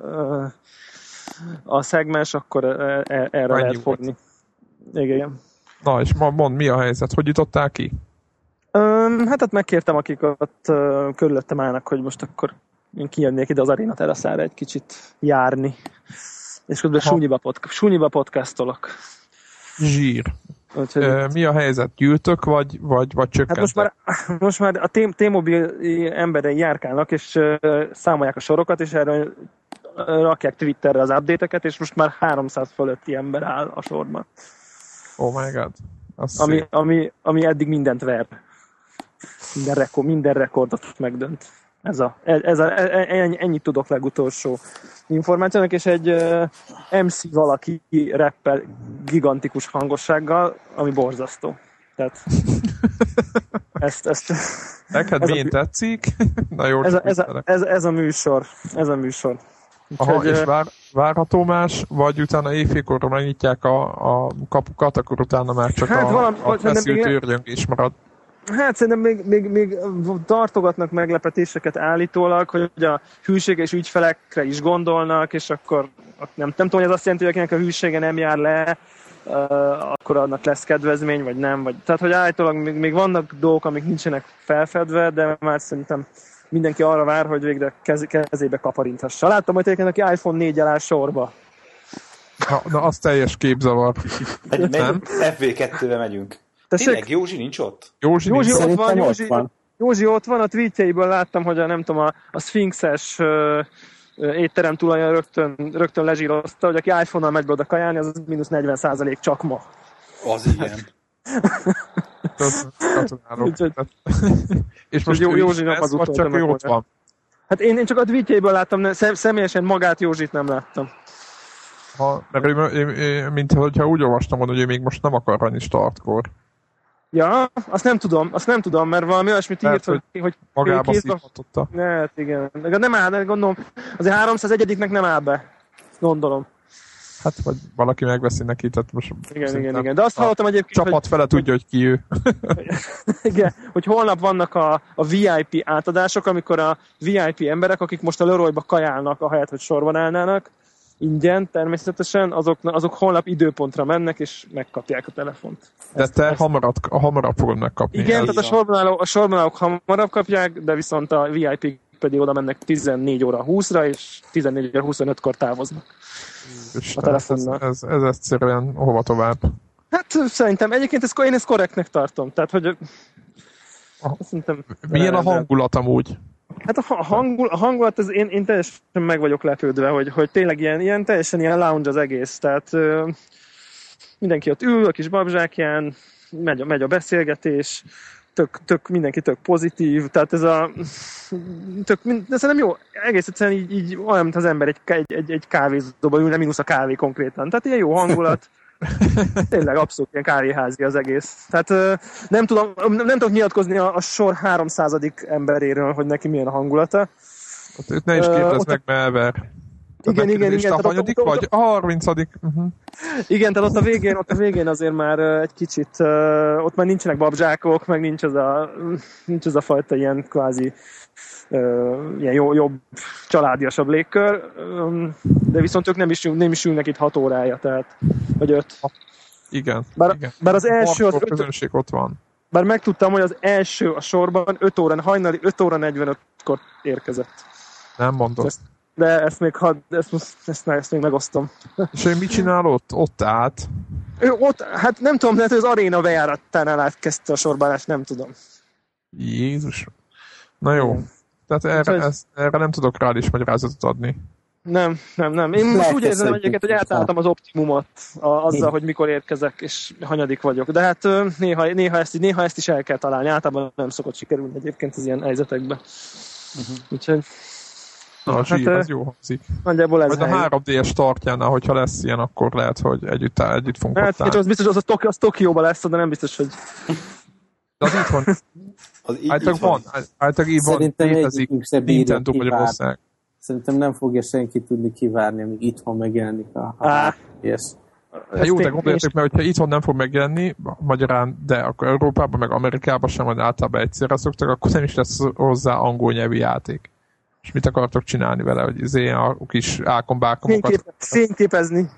a szegmens, akkor erre annyi lehet volt. Fogni. Igen. Na, és mondd, mi a helyzet? Hogy jutottál ki? Hát ott megkértem, akik ott körülöttem állnak, hogy most akkor én kijönnék ide az Arena teraszára egy kicsit járni. És közben súnyiba, podca- súnyiba podcastolok. Zsír. Úgyhogy e, mi a helyzet? Gyűltök, vagy, vagy, vagy csökkentek? Hát most már, most már a T-Mobile emberei járkálnak, és uh, számolják a sorokat, és erről rakják Twitterre az update-eket, és most már háromszáz fölötti ember áll a sorban. Oh my god. Ami, ami, ami eddig mindent ver. Minden, rekord, minden rekordot megdönt. Ez a, ez a, ennyi, ennyit tudok legutolsó információnak, és egy uh, em cé valaki rappel gigantikus hangossággal, ami borzasztó. Tehát ezt, ezt, neked ez miért a, tetszik? Na jó, ez, a, ez, a, ez, ez a műsor. Ez a műsor. Aha, Úgyhogy, és vár, várható más, vagy utána éjfélkorra megnyitják a, a kapukat, akkor utána már csak hát a, valami, a feszült őrjöngés marad. Hát szerintem még, még, még tartogatnak meglepetéseket állítólag, hogy a hűséges ügyfelekre is gondolnak, és akkor nem, nem tudom, hogy ez azt jelenti, hogy akinek a hűsége nem jár le, uh, akkor annak lesz kedvezmény, vagy nem. Vagy, tehát, hogy állítólag még, még vannak dolgok, amik nincsenek felfedve, de már szerintem mindenki arra vár, hogy végre kez, kezébe kaparinthassa. Láttam, hogy egyébként aki iPhone négy-el áll sorba. Na, na az teljes képzavar. Egy, nem? ef vé kettővel megyünk. Tényleg, Józsi nincs ott? Józsi, Józsi nincs. ott van, Józsi, ott van. Józsi ott van, a tweetjeiből láttam, hogy a, nem tudom, a, a Sphinxes uh, étterem tulajon rögtön, rögtön lezsírozta, hogy aki iPhone-nal megy be oda kajálni, az mínusz negyven százalék csak ma. Az igen. És most jó, Józsi nem az vagy csak ő ott van? Hát én, én csak a tweetjeiből láttam, szem, személyesen magát Józsit nem láttam. Ha, mert én, én, mint hogyha úgy olvastam volna, hogy ő még most nem akar ranni startkor. Ja, azt nem tudom, azt nem tudom, mert valami olyasmit írt, hogy, hogy magába szívhatotta. Hát igen, nem áll, gondolom, azért háromszázegyediknek nem áll be, gondolom. Hát, vagy valaki megveszi neki, tehát most... Igen, igen, igen. De azt hallottam egyébként, csapat hogy... fele tudja, hogy ki ő. Igen, hogy holnap vannak a, a vé i pé átadások, amikor a vé i pé emberek, akik most a Leroyba kajálnak, ahelyett, hogy sorban állnának, ingyen természetesen, azok, azok holnap időpontra mennek, és megkapják a telefont. De ezt, te ezt... hamarabb, hamarabb fogod megkapni. Igen, ez tehát a sorban, álló, a sorban állók hamarabb kapják, de viszont a vé i pé pedig oda mennek tizennégy óra húszra, és tizennégy óra huszonötkor távoznak. Isten, a telefonnal. Ez, ez, ez egyszerűen hova tovább? Hát szerintem egyébként ezt, én ezt korrektnek tartom. Tehát, hogy... A, szerintem, milyen a hangulat amúgy? Hát a, hangul, a hangulat, ez, én, én teljesen meg vagyok lepődve, hogy, hogy tényleg ilyen, ilyen, teljesen ilyen lounge az egész. Tehát ö, mindenki ott ül, a kis babzsákján, megy a, megy a beszélgetés, tök, tök, mindenki tök pozitív, tehát ez a tök, de szerintem jó, egész egyszerűen így, így olyan, mint az ember egy, egy, egy, egy kávézóban ülne, mínusz a kávé konkrétan. Tehát ilyen jó hangulat. Tényleg abszolút ilyen kávéházi az egész. Tehát nem tudom, nem, nem tudok nyilatkozni a, a sor háromszázadik emberéről, hogy neki milyen a hangulata. Ott ne is kérdezz meg, mert igen, igen, igen. A hanyadik vagy? A harmincadik Uh-huh. Igen, tehát ott a végén, ott a végén azért már egy kicsit, ott már nincsenek babzsákok, meg nincs az a, nincs az a fajta ilyen kvázi ilyen jó, jobb, családiasabb légkör, de viszont ők nem is, nem is ülnek itt hat órája, tehát, vagy öt. Igen, bár, igen. Bár az első... Az közönség ott van. Bár megtudtam, hogy az első a sorban öt óra, hajnali öt óra negyvenötkor érkezett. Nem mondod. Ezt, de ezt még, had, ezt, ezt, ezt még megosztom. És ő mit csinál ott? Ott át? Ő ott, hát nem tudom, lehet, hogy az aréna bejáratánál átkezdte a sorbálást, nem tudom. Jézus. Na jó. Tehát erre, ez, erre nem tudok rád is magyarázatot adni. Nem, nem, nem. Én most úgy érzem egyébként, hogy átálltam az optimumot a, azzal, hogy mikor érkezek, és hanyadik vagyok. De hát néha, néha, ezt, néha ezt is el kell találni. Általában nem szokott sikerülni egyébként az ilyen helyzetekben. Uh-huh. Úgyhogy... Na, a zsír, hát, az jó hangzik. Nagyjából ez majd a három dé-es tartjánál, hogyha lesz ilyen, akkor lehet, hogy együtt, együtt fogunk hát, ott az biztos, az, a Toki, az Tokióban lesz, de nem biztos, hogy... De az itt van. Az így, általában van. Általában így van. Szerintem létezik Nintendo Magyarország. Szerintem nem fogja senki tudni kivárni, amíg itthon megjelenik a, a ah. yes. Hát jó, de gondoljátok, mert hogyha itthon nem fog megjelenni, magyarán, de akkor Európában, meg Amerikában sem, majd általában egyszerre szoktak, akkor nem is lesz hozzá angol nyelvű játék. És mit akartok csinálni vele, hogy izé a kis ákombákomokat... Fénykép, fényképezni.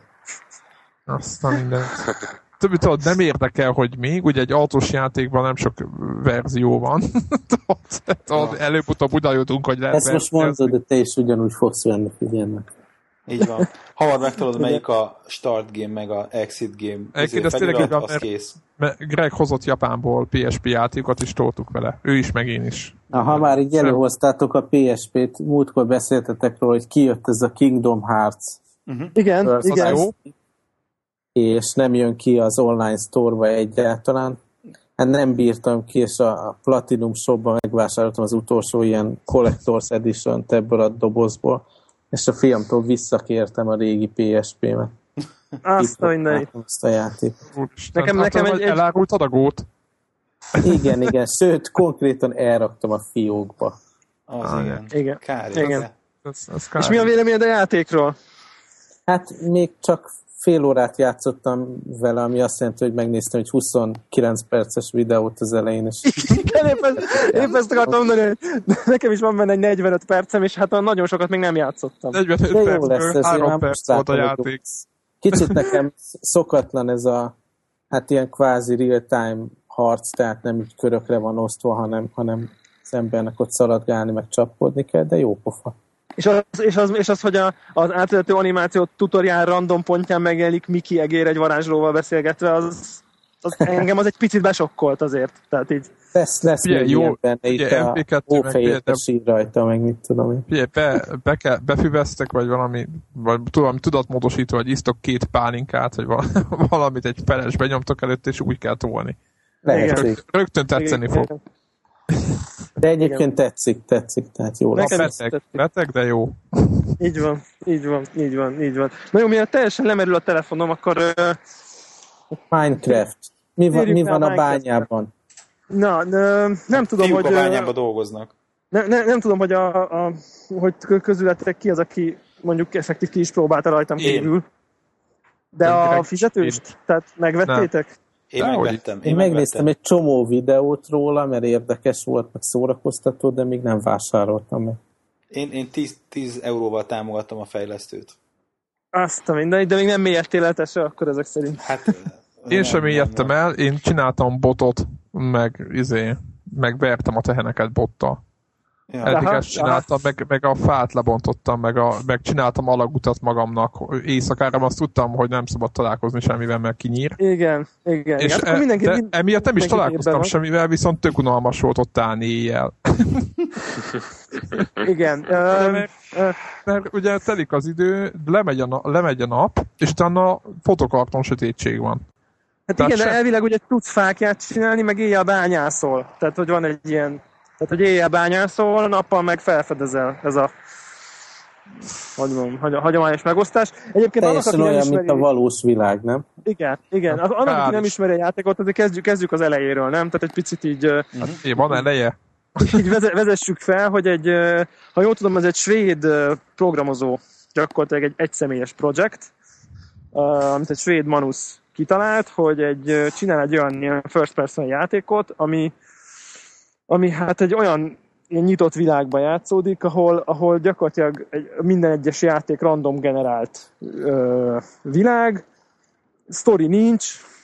Aztán minden. Többi tudod, nem érdekel, hogy még, ugye egy autós játékban nem sok verzió van. Tudod, előbb-utóbb oda jutunk, hogy lehet... Ezt most mondod, de te is ugyanúgy fogsz venni, figyelnek. Így van. Hamar megtalod, melyik a Start Game, meg a Exit Game. Egyébként ez tényleg így van, az kész. Mert Greg hozott Japánból pé es pé játékokat, és toltuk vele. Ő is, meg én is. Na, ha már így előhoztátok a pé es pét, múltkor beszéltetek róla, hogy kijött ez a Kingdom Hearts. Uh-huh. Igen, First igen. Jó. És nem jön ki az online store-ba egyáltalán. Hát nem bírtam ki, és a Platinum Shop-ban megvásároltam az utolsó ilyen Collector's Edition-t ebből a dobozból, és a fiamtól visszakértem a régi pé es pé-met. Azt a mindenit. Azt a játék. Nekem, nekem egy, egy... Elárultad a gót? Igen, igen. Sőt, konkrétan elraktam a fiókba. Az ah, igen. Igen. Kár, igen. Ez, ez kár. És mi a véleményed a játékról? Hát még csak fél órát játszottam vele, ami azt jelenti, hogy megnéztem egy huszonkilenc perces videót az elején. És... Igen, épp, épp ezt akartam mondani, hogy nekem is van benne egy negyvenöt percem, és hát nagyon sokat még nem játszottam. negyvenöt de jó lesz, ez három perc volt a játék. Kicsit nekem szokatlan ez a, hát ilyen kvázi real-time harc, tehát nem így körökre van osztva, hanem, hanem az embernek ott szaladgálni, meg csapkodni kell, de jó pofa. És az, és az, és az hogy a, az átvezető animáció tutoriál random pontján megjelenik Miki egér egy varázslóval beszélgetve, az, az engem az egy picit besokkolt azért. Tehát így... Lesz, lesz ugye, még jó, ilyen benne, itt a ófejét sír rajta, meg mit tudom én. Ugye, be, be kell, befüvesztek, vagy valami, vagy tudom, tudatmódosítva, hogy isztok két pálinkát, vagy valamit egy felesbe nyomtok előtt, és úgy kell tolni. Lehet, rögtön tetszeni igen, fog. De egyébként igen. tetszik, tetszik, tehát jó lesz. Beteg, beteg, de jó. Így van, így van, így van, így van. Na jó, miért teljesen lemerül a telefonom, akkor... Uh... Minecraft. Mi van, mi van a bányában? Na, ne, nem tudom, Fiúk hogy... a bányában dolgoznak. Ne, ne, nem tudom, hogy, a, a, hogy közületek ki az, aki mondjuk effektív ki is próbálta rajtam kívül. De a fizetőst? Tehát megvettétek? Nem. Én de megvettem. Én, én megnéztem egy csomó videót róla, mert érdekes volt, meg szórakoztató, de még nem vásároltam meg. Én, én tíz euróval támogattam a fejlesztőt. Azt a mindegy, de még nem mélyedtél el se akkor ezek szerint. Hát, én sem mélyedtem el, én csináltam botot, meg izé, meg vertem a teheneket bottal. Ja. Eddig aha, ezt csináltam, meg, meg a fát lebontottam, meg, a, meg csináltam alagutat magamnak. Éjszakára azt tudtam, hogy nem szabad találkozni semmivel, mert kinyír. Igen, igen. És igen. E, mindenki, de mind, emiatt nem is találkoztam semmivel, viszont tök unalmas volt ott állni éjjel. Igen. De mert, mert ugye telik az idő, lemegy a, lemegy a nap, és utána fotokarton sötétség van. Hát tehát igen, se... de elvileg ugye tudsz fákját csinálni, meg éjjel bányászol. Tehát, hogy van egy ilyen... Tehát, hogy éjjel bányászol, nappal meg felfedezel. Ez a hogy mondom, hagyományos megosztás. Egyébként teljesen annak, olyan, ismeri... mint a valós világ, nem? Igen, igen. Hát, annak, aki nem ismeri a játékot, azért kezdjük, kezdjük az elejéről, nem? Tehát egy picit így... Hát, é, van eleje? Így vezessük fel, hogy egy, ha jól tudom, ez egy svéd programozó, gyakorlatilag egy egyszemélyes projekt, amit egy svéd Manus kitalált, hogy egy, csinál egy olyan ilyen first person játékot, ami, ami hát egy olyan ilyen nyitott világban játszódik, ahol, ahol gyakorlatilag egy, minden egyes játék random generált ö, világ, sztori nincs,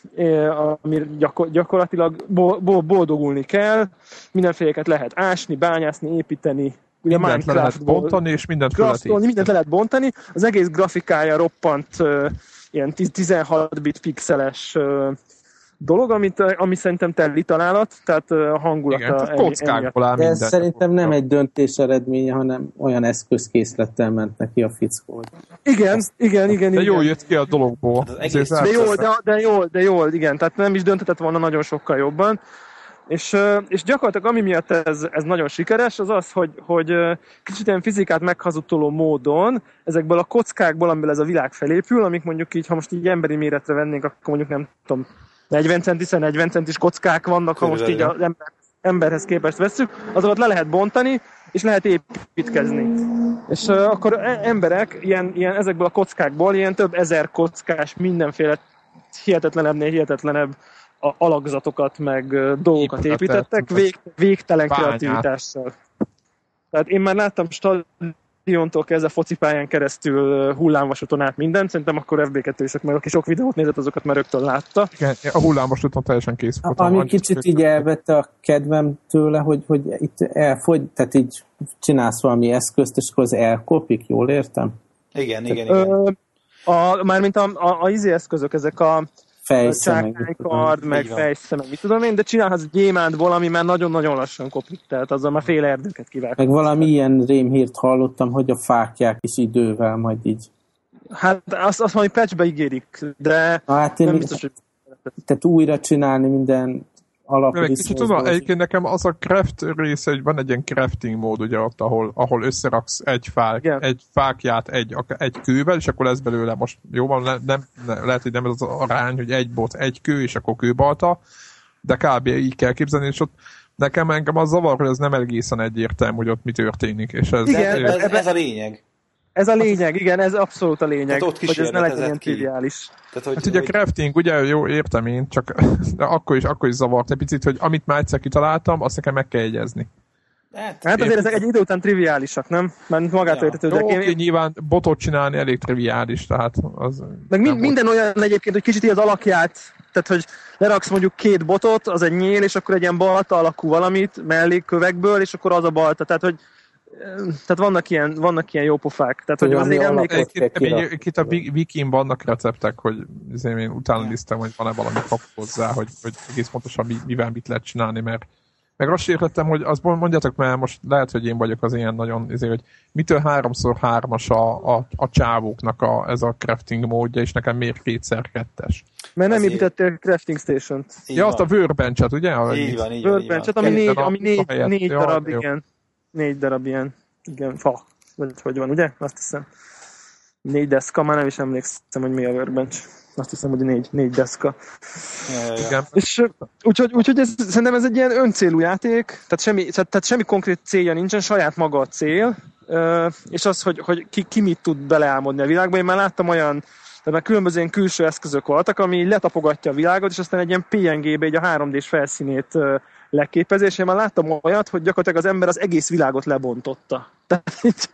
ami gyakor- gyakorlatilag boldogulni kell, mindenféleket lehet ásni, bányászni, építeni, ugye mindent le lehet bontani, és mindent fel lehet építeni. Mindent le lehet bontani, az egész grafikája roppant uh, ilyen tizenhat bit pixeles uh, dolog, amit, ami szerintem telli találat, tehát a hangulata... Igen, tehát kockákból áll minden. Ez szerintem nem egy döntés eredménye, hanem olyan eszközkészlettel ment neki a fickó. Igen, igen, igen. De igen. jól jött ki a dologból. Hát de jól, de, de jól, de jól, igen. Tehát nem is döntetett volna nagyon sokkal jobban. És, és gyakorlatilag ami miatt ez, ez nagyon sikeres, az az, hogy, hogy kicsit ilyen fizikát meghazudtoló módon ezekből a kockákból, amiből ez a világ felépül, amik mondjuk így, ha most így emberi méretre vennénk, akkor mondjuk nem tudom, negyven centis, negyven centis kockák vannak, ha most így az ember, emberhez képest vesszük, azokat le lehet bontani, és lehet építkezni. És uh, akkor emberek ilyen, ilyen, ezekből a kockákból ilyen több ezer kockás, mindenféle hihetetlenebbnél hihetetlenebb a alakzatokat, meg uh, dolgokat építettek, vég, végtelen Bányát. kreativitással. Tehát én már láttam stadiontól kezdve focipályán keresztül hullámvasúton át mindent, szerintem akkor ef bé kettő-sök meg, aki sok videót nézett, azokat már rögtön látta. Igen, a hullámvasúton teljesen kész voltam. Ami kicsit így elvette a kedvem tőle, hogy, hogy itt elfogy, tehát így csinálsz valami eszközt, és akkor az elkopik, jól értem? Igen, tehát, igen, igen. Ö, a, mármint a, a, a izi eszközök, ezek a csákánykard, meg fejszemeg, mit tudom én, de csinálhatsz gyémántból, ami már nagyon-nagyon lassan kopik, tehát azzal már fél erdőket kivág. Meg valami ilyen rémhírt hallottam, hogy a fákják is idővel majd így. Hát azt, azt valami patchbe ígérik, de hát nem biztos, hogy... Tehát újra csinálni minden Kicsit tudom, egyébként nekem az a craft része, hogy van egy ilyen crafting mód, ugye ott, ahol, ahol összeraksz egy, fák, yeah. egy fákját egy, egy kővel, és akkor lesz belőle most, jó van, nem, nem, lehet, hogy nem ez az arány, hogy egy bot, egy kő, és akkor kőbalta, de kb. Így kell képzelni, és ott nekem engem az zavar, hogy ez nem egészen egyértelmű, hogy ott mi történik. És ez, igen, ez, ez, ez a lényeg. Ez a lényeg, igen, ez abszolút a lényeg, hogy ez ne legyen ilyen triviális. Tehát, hogy, hát ugye a crafting, ugye jó, értem én, csak de akkor is, akkor is zavart egy picit, hogy amit már egyszer kitaláltam, azt nekem meg kell jegyezni. Hát, hát azért ezek egy idő után triviálisak, nem? Mert magától ja. értetődnek. Jó, én... nyilván botot csinálni elég triviális, tehát az... Meg mind, minden olyan egyébként, hogy kicsit így az alakját, tehát hogy leraksz mondjuk két botot, az egy nyél, és akkor egy ilyen balta alakú valamit mellé kövekből, és akkor az a balta, tehát hogy tehát vannak ilyen, vannak ilyen jó pofák. Tehát, hogy azért emlékeztek. Itt a Wikin vannak receptek, hogy én utána néztem, hogy van-e valami kap hozzá, hogy, hogy egész pontosan mivel mit lehet csinálni, mert meg azt értettem, hogy azt mondjátok, mert most lehet, hogy én vagyok az ilyen nagyon, ezért, hogy mitől háromszor hármas a, a, a csávóknak a, ez a crafting módja, és nekem miért kétszer kettes. Mert nem építettél crafting station-t. Ja, azt a workbench-et, ugye? Így van, így van. Workbench-et, ami négy, ami négy, négy darab, igen. Négy darab ilyen, igen, fa, vagy hogy van, ugye? Azt hiszem. Négy deszka, már nem is emlékszem, hogy mi a workbench. Azt hiszem, hogy négy, négy deszka. Ja, ja, ja. Igen. És úgyhogy, úgyhogy ez, szerintem ez egy ilyen öncélú játék, tehát semmi, tehát semmi konkrét célja nincsen, saját maga a cél, és az, hogy, hogy ki, ki mit tud beleálmodni a világban. Én már láttam olyan, már különböző ilyen külső eszközök voltak, ami letapogatja a világot, és aztán egy ilyen pé en gé-be egy a három dés felszínét leképezi, és én már láttam olyat, hogy gyakorlatilag az ember az egész világot lebontotta. Tehát,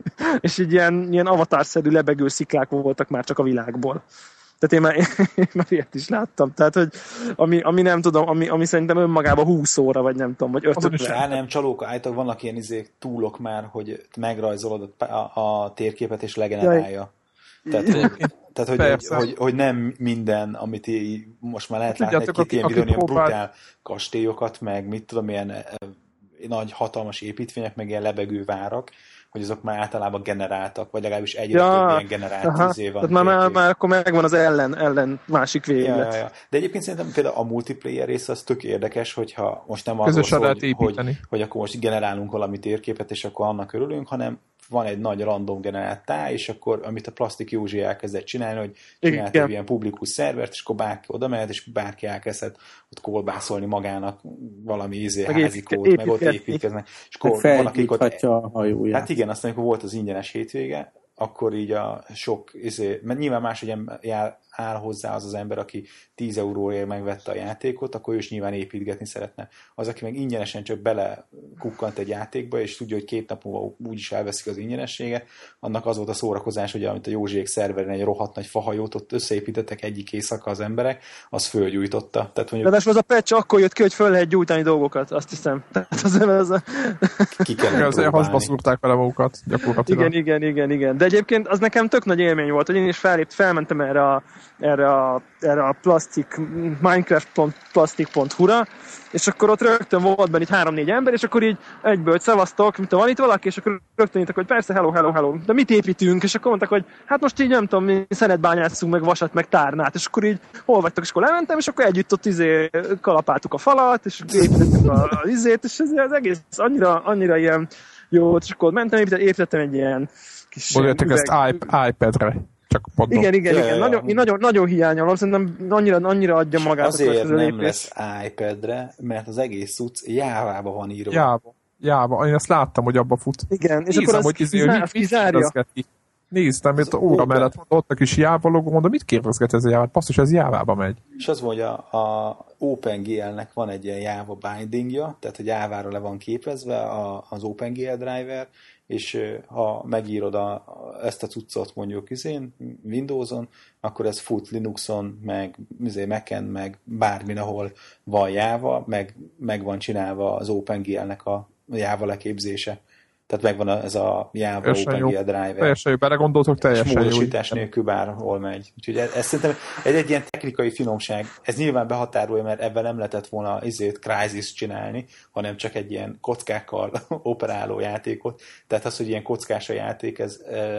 és így ilyen, ilyen avatárszerű lebegő sziklák voltak már csak a világból. Tehát én már, én már ilyet is láttam. Tehát, hogy ami, ami nem tudom, ami, ami szerintem önmagában húsz óra, vagy nem tudom, vagy ötven. Nem, csalók, állítólag vannak ilyen izék, túlok már, hogy megrajzolod a, a, a térképet, és legenerálja. Tehát, hogy, tehát hogy, hogy, hogy, hogy nem minden, amit í, most már lehet látni egy-két ilyen videón, ilyen brutál kastélyokat, meg mit tudom, ilyen e, nagy hatalmas építvények, meg ilyen lebegő várak, hogy azok már általában generáltak, vagy legalábbis egyre ja, több ilyen generált tíz év van. Tehát már, már akkor megvan az ellen, ellen másik véglet. Ja, ja, ja. De egyébként szerintem például a multiplayer része az tök érdekes, hogyha most nem az, hogy, hogy, hogy akkor most generálunk valami térképet, és akkor annak örülünk, hanem van egy nagy random generált táj, és akkor, amit a Plastik Józsi elkezdett csinálni, hogy csinált egy ilyen publikus szervert, és akkor bárki oda mehet, és bárki elkezdett ott kolbászolni magának valami izé, házi kód, meg ott építkeznek. És akkor valakik ott... a hajóját. Hát igen, aztán amikor volt az ingyenes hétvége, akkor így a sok, izé, mert nyilván máshogyan jár, áll hozzá az az ember, aki tíz euróért megvette a játékot, akkor ő is nyilván építgetni szeretne. Az, aki meg ingyenesen csak bele kukkant egy játékba, és tudja, hogy két nap múlva úgyis elveszik az ingyenességet, annak az volt a szórakozás, hogy amit a Józsiék szerveren egy rohadt nagy fahajót ott összeépítettek egyik éjszaka az emberek, az fölgyújtotta. Tehát mondjuk... De az a patch akkor jött ki, hogy föl lehet gyújtani dolgokat, azt hiszem. Tehát az, az a... Ki kell az haszba szúrták vele magukat gyakorlatilag. Igen, igen, igen, igen. De egyébként az nekem tök nagy élmény volt, hogy én is fellépt, felmentem erre a erre a, erre a plastik, minecraft pont plastik pont hu-ra, és akkor ott rögtön volt benne így három-négy ember, és akkor így egyből szavaztok, mint van itt valaki, és akkor rögtön írtak, hogy persze, hello, hello, hello, de mit építünk? És akkor mondtak, hogy hát most így nem tudom, mi szenetbányászunk, meg vasat, meg tárnát, és akkor így hol vagytok, és akkor lementem, és akkor együtt ott izé kalapáltuk a falat, és építettük az izét, és ez az egész annyira, annyira ilyen jó, és akkor mentem, építettem egy ilyen kis... Mondjátok ezt iPad-re. Csak igen, igen, igen. Nagyon, én nagyon, nagyon hiányolom, szerintem annyira, annyira adja magát. Azért nem lépés. Lesz iPad-re, mert az egész cucc Jávába van írva. Jáva, Jáva. Én ezt láttam, hogy abba fut. Igen, és nézem, akkor az hogy kizárja. kizárja. Néztem, hogy óra mellett ott a kis Jáva logó, mondom, mit kérdezget ez a Jávát? Basszus, ez Jávába megy. És az mondja, a OpenGL-nek van egy ilyen Java bindingja, tehát hogy Jávára le van képezve a, az OpenGL driver, és ha megírod a, ezt a cuccot mondjuk izén, Windowson, akkor ez fut Linuxon, meg Mac-en, meg bármin, ahol van Java, meg, meg van csinálva az OpenGL-nek a Java leképzése. Tehát megvan ez a Java OpenGL driver. Teljesen jó, belegondoltok, teljesen jó. Módosítás nélkül bárhol megy. Úgyhogy ez, ez szerintem egy, egy ilyen technikai finomság. Ez nyilván behatárolja, mert ebben nem lehetett volna izét Crysis csinálni, hanem csak egy ilyen kockákkal operáló játékot. Tehát az, hogy ilyen kockás a játék, ez,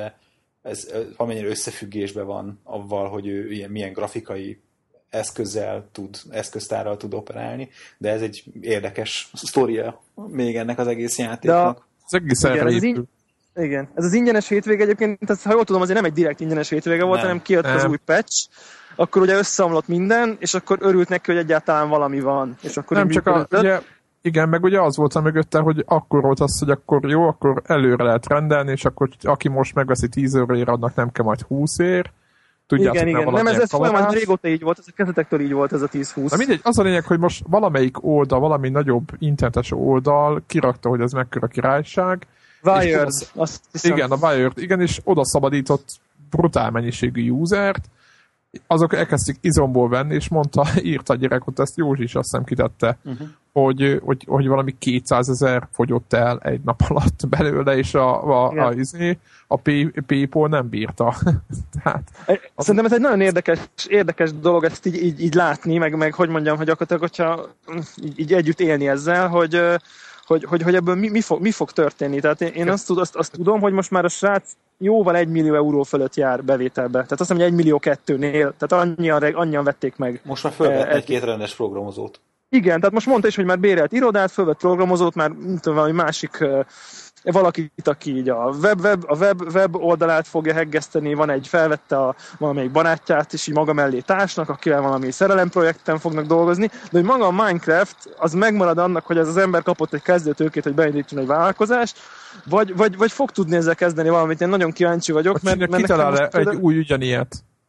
ez valamennyire összefüggésben van avval, hogy ő ilyen, milyen grafikai eszközzel tud, eszköztárral tud operálni, de ez egy érdekes sztoria még ennek az egész játéknak. De... Ez egész erre épül. Igen, ez az ingyenes hétvége egyébként, ez, ha jól tudom, azért nem egy direkt ingyenes hétvége volt, nem. hanem kijött nem. az új patch, akkor ugye összeomlott minden, és akkor örült neki, hogy egyáltalán valami van. És akkor nem csak a, ugye, igen, meg ugye az volt a mögötte, hogy akkor volt az, hogy akkor jó, akkor előre lehet rendelni, és akkor aki most megveszi tíz euróért, adnak nem kell majd húsz ér. Tudjátok, igen, igen. Nem, ez, ez folyamatosan régóta így volt, ez a kezdetektől így volt ez a tíz-húsz. Na mindegy, az a lényeg, hogy most valamelyik oldal, valami nagyobb internetes oldal kirakta, hogy ez mekkora királyság. Wired, azt hiszem. Igen, a Wired, igen, és oda szabadított brutál mennyiségű usert, azok elkezdték izomból venni, és mondta, írta a gyerekot, ezt Józsi is azt hiszem kitette, uh-huh. hogy, hogy, hogy valami kétszázezer fogyott el egy nap alatt belőle, és a, a, a, a, a PayPal nem bírta. Tehát, az... Szerintem ez egy nagyon érdekes, érdekes dolog ezt így, így, így látni, meg, meg hogy mondjam, hogy gyakorlatilag, hogyha így, így együtt élni ezzel, hogy hogy, hogy, hogy ebből mi, mi, fog, mi fog történni. Tehát én, én azt, azt, azt tudom, hogy most már a srác jóval egy millió euró fölött jár bevételbe. Tehát azt hiszem, hogy egy millió kettőnél, tehát annyian, annyian vették meg. Most már fölvett egy két rendes programozót. Igen, tehát most mondta is, hogy már bérelt irodát, fölvett programozót, már nem tudom, valami másik valakit, aki így a web, web, a web, web oldalát fogja heggeszteni, van egy, felvette a valamelyik barátját, és így maga mellé társnak, akivel valami szerelemprojekten fognak dolgozni, de hogy maga a Minecraft, az megmarad annak, hogy ez az ember kapott egy kezdőtőkét, hogy beindítson egy vállalkozást, vagy, vagy, vagy fog tudni ezzel kezdeni valamit, én nagyon kíváncsi vagyok. Mert, mert kitalál most, egy új ugyanilyet?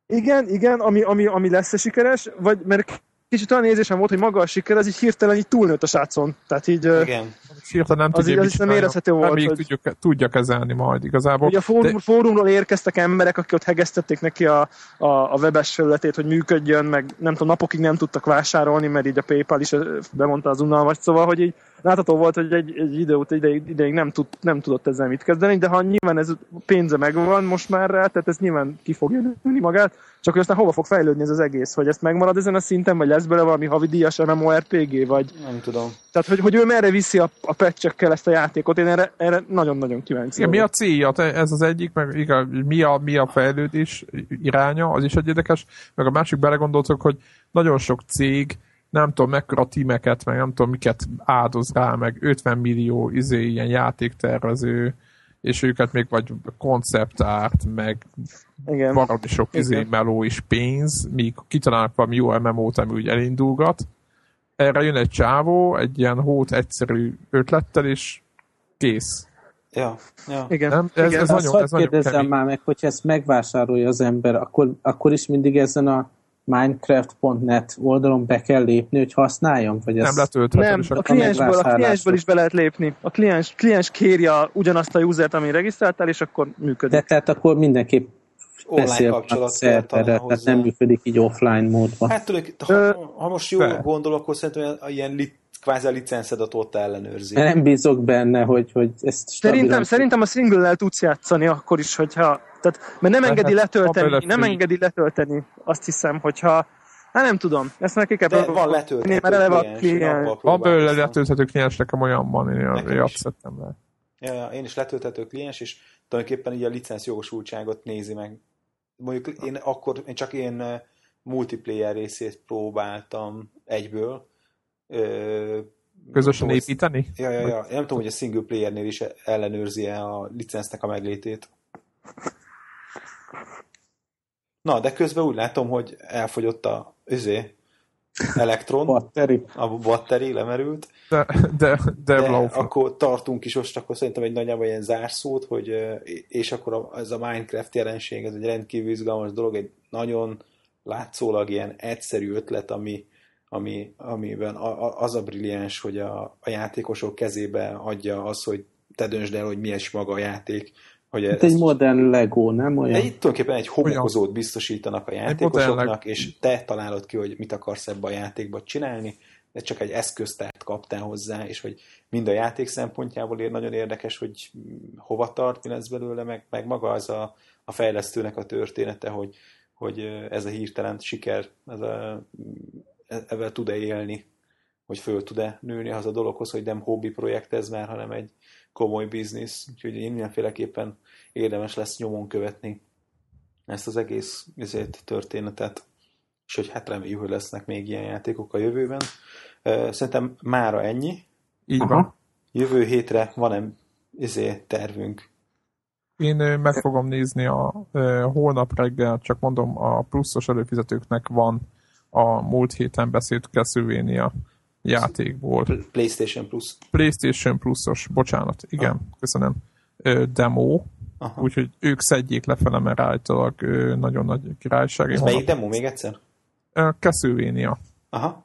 Igen, igen, ami, ami, ami lesz-e sikeres, vagy mert kicsit olyan érzésem volt, hogy maga a siker, az így hirtelen így túlnőtt a srácon. Tehát így... Igen. Hirtelen nem az tudja, így, nem érezhető volt. Még hogy... tudja, tudja kezelni majd igazából. Ugye a fórum, de... fórumról érkeztek emberek, akik ott hegesztették neki a, a, a webes felületét, hogy működjön, meg nem tudom, napokig nem tudtak vásárolni, mert így a PayPal is bemondta az unalmat, szóval, hogy így látható volt, hogy egy, egy idő óta ideig, ideig nem, tud, nem tudott ezzel mit kezdeni, de ha nyilván ez pénze megvan most már rá, tehát ez nyilván ki fogja nőni magát, csak hogy aztán hova fog fejlődni ez az egész, hogy ezt megmarad ezen a szinten, vagy lesz belőle valami havidíjas MMORPG, vagy... Nem tudom. Tehát, hogy, hogy ő merre viszi a, a patch-ekkel ezt a játékot, én erre, erre nagyon-nagyon kíváncsi. Igen, mi a célja? Ez az egyik, meg igaz, mi, a, mi a fejlődés iránya, az is egy érdekes, meg a másik belegondoltok, hogy nagyon sok cég, nem tudom, mekkora tímeket, meg nem tudom, miket áldoz rá, meg ötven millió izé, ilyen játéktervező, és őket még vagy konceptárt, meg valami sok izé, meló is pénz, míg kitalálnak valami jó em em ó-t, ami úgy elindulgat. Erre jön egy csávó, egy ilyen hót egyszerű ötlettel, és kész. Ja, ja. Igen. Nem? Ez, Igen. ez Azt nagyon, ez hogy kérdezzem már meg, hogyha ezt megvásárolja az ember, akkor, akkor is mindig ezen a minecraft pont net oldalon be kell lépni, hogy használjam? Vagy nem letölthetem. Nem, a kliensből, a kliensből is be lehet lépni. A kliens, kliens kérje ugyanazt a usert, amin regisztráltál, és akkor működik. De tehát akkor mindenképp online kapcsolat szerverre, tehát nem működik így offline módban. Hát tudod, ha, ha most jól Be. gondolok, akkor szerintem ilyen li, kvázi a licenszedet ott ellenőrzi. Nem bízok benne, hogy, hogy ezt Szerintem, szerintem a single-lel tudsz játszani akkor is, hogyha... Tehát, mert nem engedi letölteni, nem engedi letölteni, azt hiszem, hogyha... Hát nem tudom, ezt neki kell... De van letölthető kliens. Van belőle letölthető kliens, nekem olyan van, én játszottam le. Ja, én is letölthető kliens, és tulajdonképpen így a licensz jogosultságot nézi meg. Mondjuk én akkor, én csak én multiplayer részét próbáltam egyből. Ö, Közösen tudom, építeni? Ja, ja, ja. Én nem tudom, hogy a single playernél is ellenőrzi-e a licensznek a meglétét. Na, de közben úgy látom, hogy elfogyott a üzé, elektron, batteri. A batteri lemerült. De, de, de, de akkor tartunk is most, akkor szerintem egy nagyjából ilyen zárszót, hogy, és akkor ez a Minecraft jelenség, ez egy rendkívül izgalmas dolog, egy nagyon látszólag ilyen egyszerű ötlet, ami, ami, amiben az a brilliáns, hogy a, a játékosok kezébe adja az, hogy te döntsd el, hogy mi is maga a játék. Hogy ez egy modern Lego, nem olyan? Egy, tulajdonképpen egy homokozót biztosítanak a játékosoknak, és te találod ki, hogy mit akarsz ebbe a játékba csinálni, ez csak egy eszköztárt kaptál hozzá, és hogy mind a játék szempontjából nagyon érdekes, hogy hova tart, mi lesz belőle, meg, meg maga az a, a fejlesztőnek a története, hogy, hogy ez a hirtelen siker, ez a, ezzel tud-e élni, hogy föl tud-e nőni az a dologhoz, hogy nem hobbi projekt ez már, hanem egy komoly biznisz, úgyhogy én mindenféleképpen érdemes lesz nyomon követni ezt az egész ezért történetet, és hogy hát reméljük, hogy lesznek még ilyen játékok a jövőben. Szerintem mára ennyi. Így van. Jövő hétre van-e ezért tervünk? Én meg fogom nézni a holnap reggel, csak mondom, a pluszos előfizetőknek van a múlt héten beszélt Castlevania játékból. PlayStation Plus. PlayStation Plusos, bocsánat, igen, ah. köszönöm. Demo, úgyhogy ők szedjék lefele, mert állítólag nagyon nagy királyság. Ez melyik demo még egyszer? Castlevania. Aha.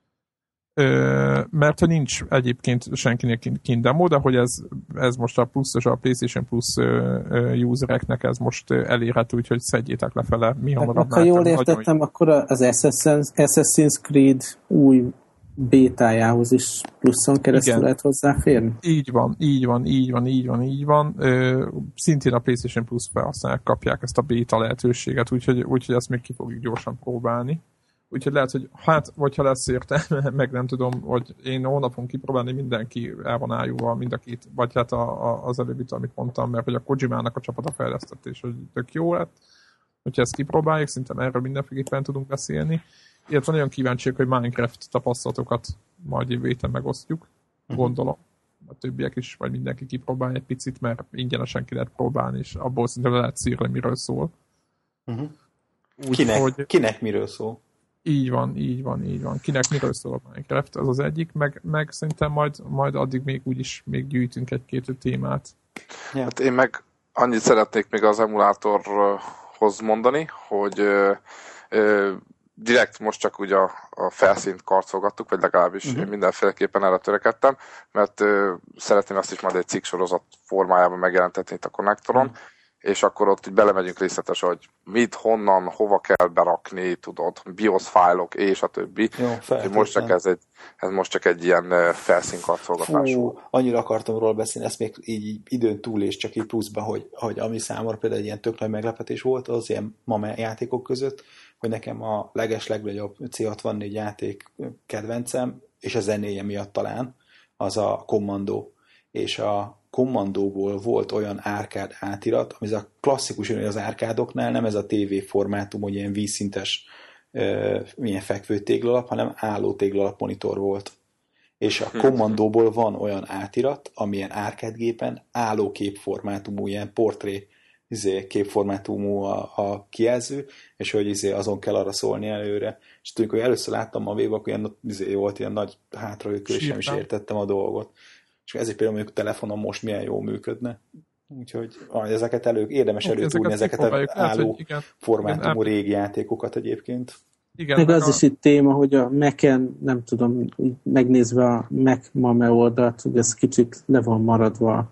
Mert ha nincs egyébként senkinek kint demo, de hogy ez, ez most a pluszos, a PlayStation Plus usereknek ez most elérhető, úgyhogy szedjétek lefele. Mi hamarabb. Ha jól értettem, nagyon... akkor az Assassin's Creed új bétájához is pluszon keresztül Igen. lehet hozzáférni? Így van, így van, így van, így van, így van. Ö, szintén a PlayStation Plus felhasználók kapják ezt a béta lehetőséget, úgyhogy, úgyhogy ezt még ki fogjuk gyorsan próbálni. Úgyhogy lehet, hogy hát, vagy ha lesz értelme, meg nem tudom, hogy én hónapon kipróbálni, mindenki el van ájúval, mind a két, vagy hát a, a, az előbb itt, amit mondtam, mert hogy a Kojimának a csapata fejlesztett, és hogy tök jó lett. Hogyha ezt kipróbáljuk, szerintem erről mindenféleképpen tudunk beszélni. Illetve nagyon kíváncsiak, hogy Minecraft tapasztalatokat majd jövő héten megosztjuk, gondolom. A többiek is, vagy mindenki kipróbálja egy picit, mert ingyenesen ki lehet próbálni, és abból szerintem lehet szírni, miről szól. Uh-huh. Úgy, kinek, hogy... kinek miről szól? Így van, így van, így van. Kinek miről szól a Minecraft, az az egyik, meg, meg szerintem majd, majd addig még úgyis még gyűjtünk egy-két témát. Ja. Hát én meg annyit szeretnék még az emulátorhoz hoz mondani, hogy ö, ö, direkt most csak úgy a, a felszínt karcolgattuk, vagy legalábbis uh-huh. én mindenféleképpen erre törekedtem, mert ö, szeretném azt is majd egy cikksorozat formájában megjelentetni itt a konnektoron, uh-huh. és akkor ott így belemegyünk részletesen, hogy mit, honnan, hova kell berakni, tudod, BIOS fájlok, és a többi. Jó, most csak ez, egy, ez most csak egy ilyen felszínkarcolgatás. Fú, annyira akartam róla beszélni, ezt még így időn túl, és csak így pluszban, hogy, hogy ami számomra például egy ilyen tök nagy meglepetés volt az ilyen MAME játékok között, hogy nekem a leges legnagyobb cé hatvannégy játék kedvencem, és a zenéje miatt talán, az a Commando. És a Commandóból volt olyan árkád átirat, ami a klasszikus, az árkádoknál nem ez a té vé formátum, hogy ilyen vízszintes milyen fekvő téglalap, hanem álló téglalap monitor volt. És a Commandóból van olyan átirat, amilyen árkádgépen álló képformátumú, ilyen portré izé, képformátumú a, a kijelző, és hogy izé, azon kell arra szólni előre. És tudjuk, hogy először láttam a véve, akkor ilyen, izé, volt ilyen nagy hátrajökő, és nem is értettem a dolgot. És ezért például mondjuk telefonon most milyen jól működne. Úgyhogy ezeket elő, érdemes okay, előtúrni, ezeket, ezeket az álló lehet, formátumú régi játékokat egyébként. Igen, meg, meg az a... is itt téma, hogy a Mac-en, nem tudom, megnézve a Mac MAME oldalt, hogy ez kicsit le van maradva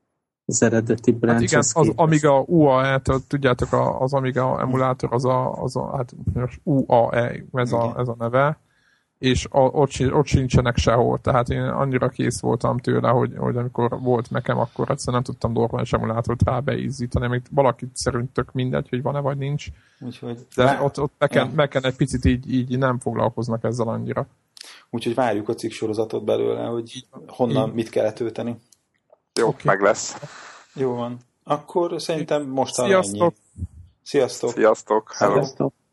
az eredeti branch. Hát igen, az Amiga u á e, tudjátok, az Amiga emulátor, az a, az a hát u á e, ez a, ez a neve, és a, ott, ott sincsenek sehol, tehát én annyira kész voltam tőle, hogy, hogy amikor volt nekem, akkor egyszerűen nem tudtam normális emulátort rá beízítani, még valakit szerint tök mindegy, hogy van-e vagy nincs. Úgyhogy, de vár... ott, ott Mac-en, ja. Mac-en egy picit így, így nem foglalkoznak ezzel annyira. Úgyhogy várjuk a cikksorozatot belőle, hogy honnan, így. Mit kell tölteni. Jó, okay. Meg lesz. Jó van. Akkor szerintem most Sziasztok! Ennyi. Sziasztok! Sziasztok! Hello. Sziasztok!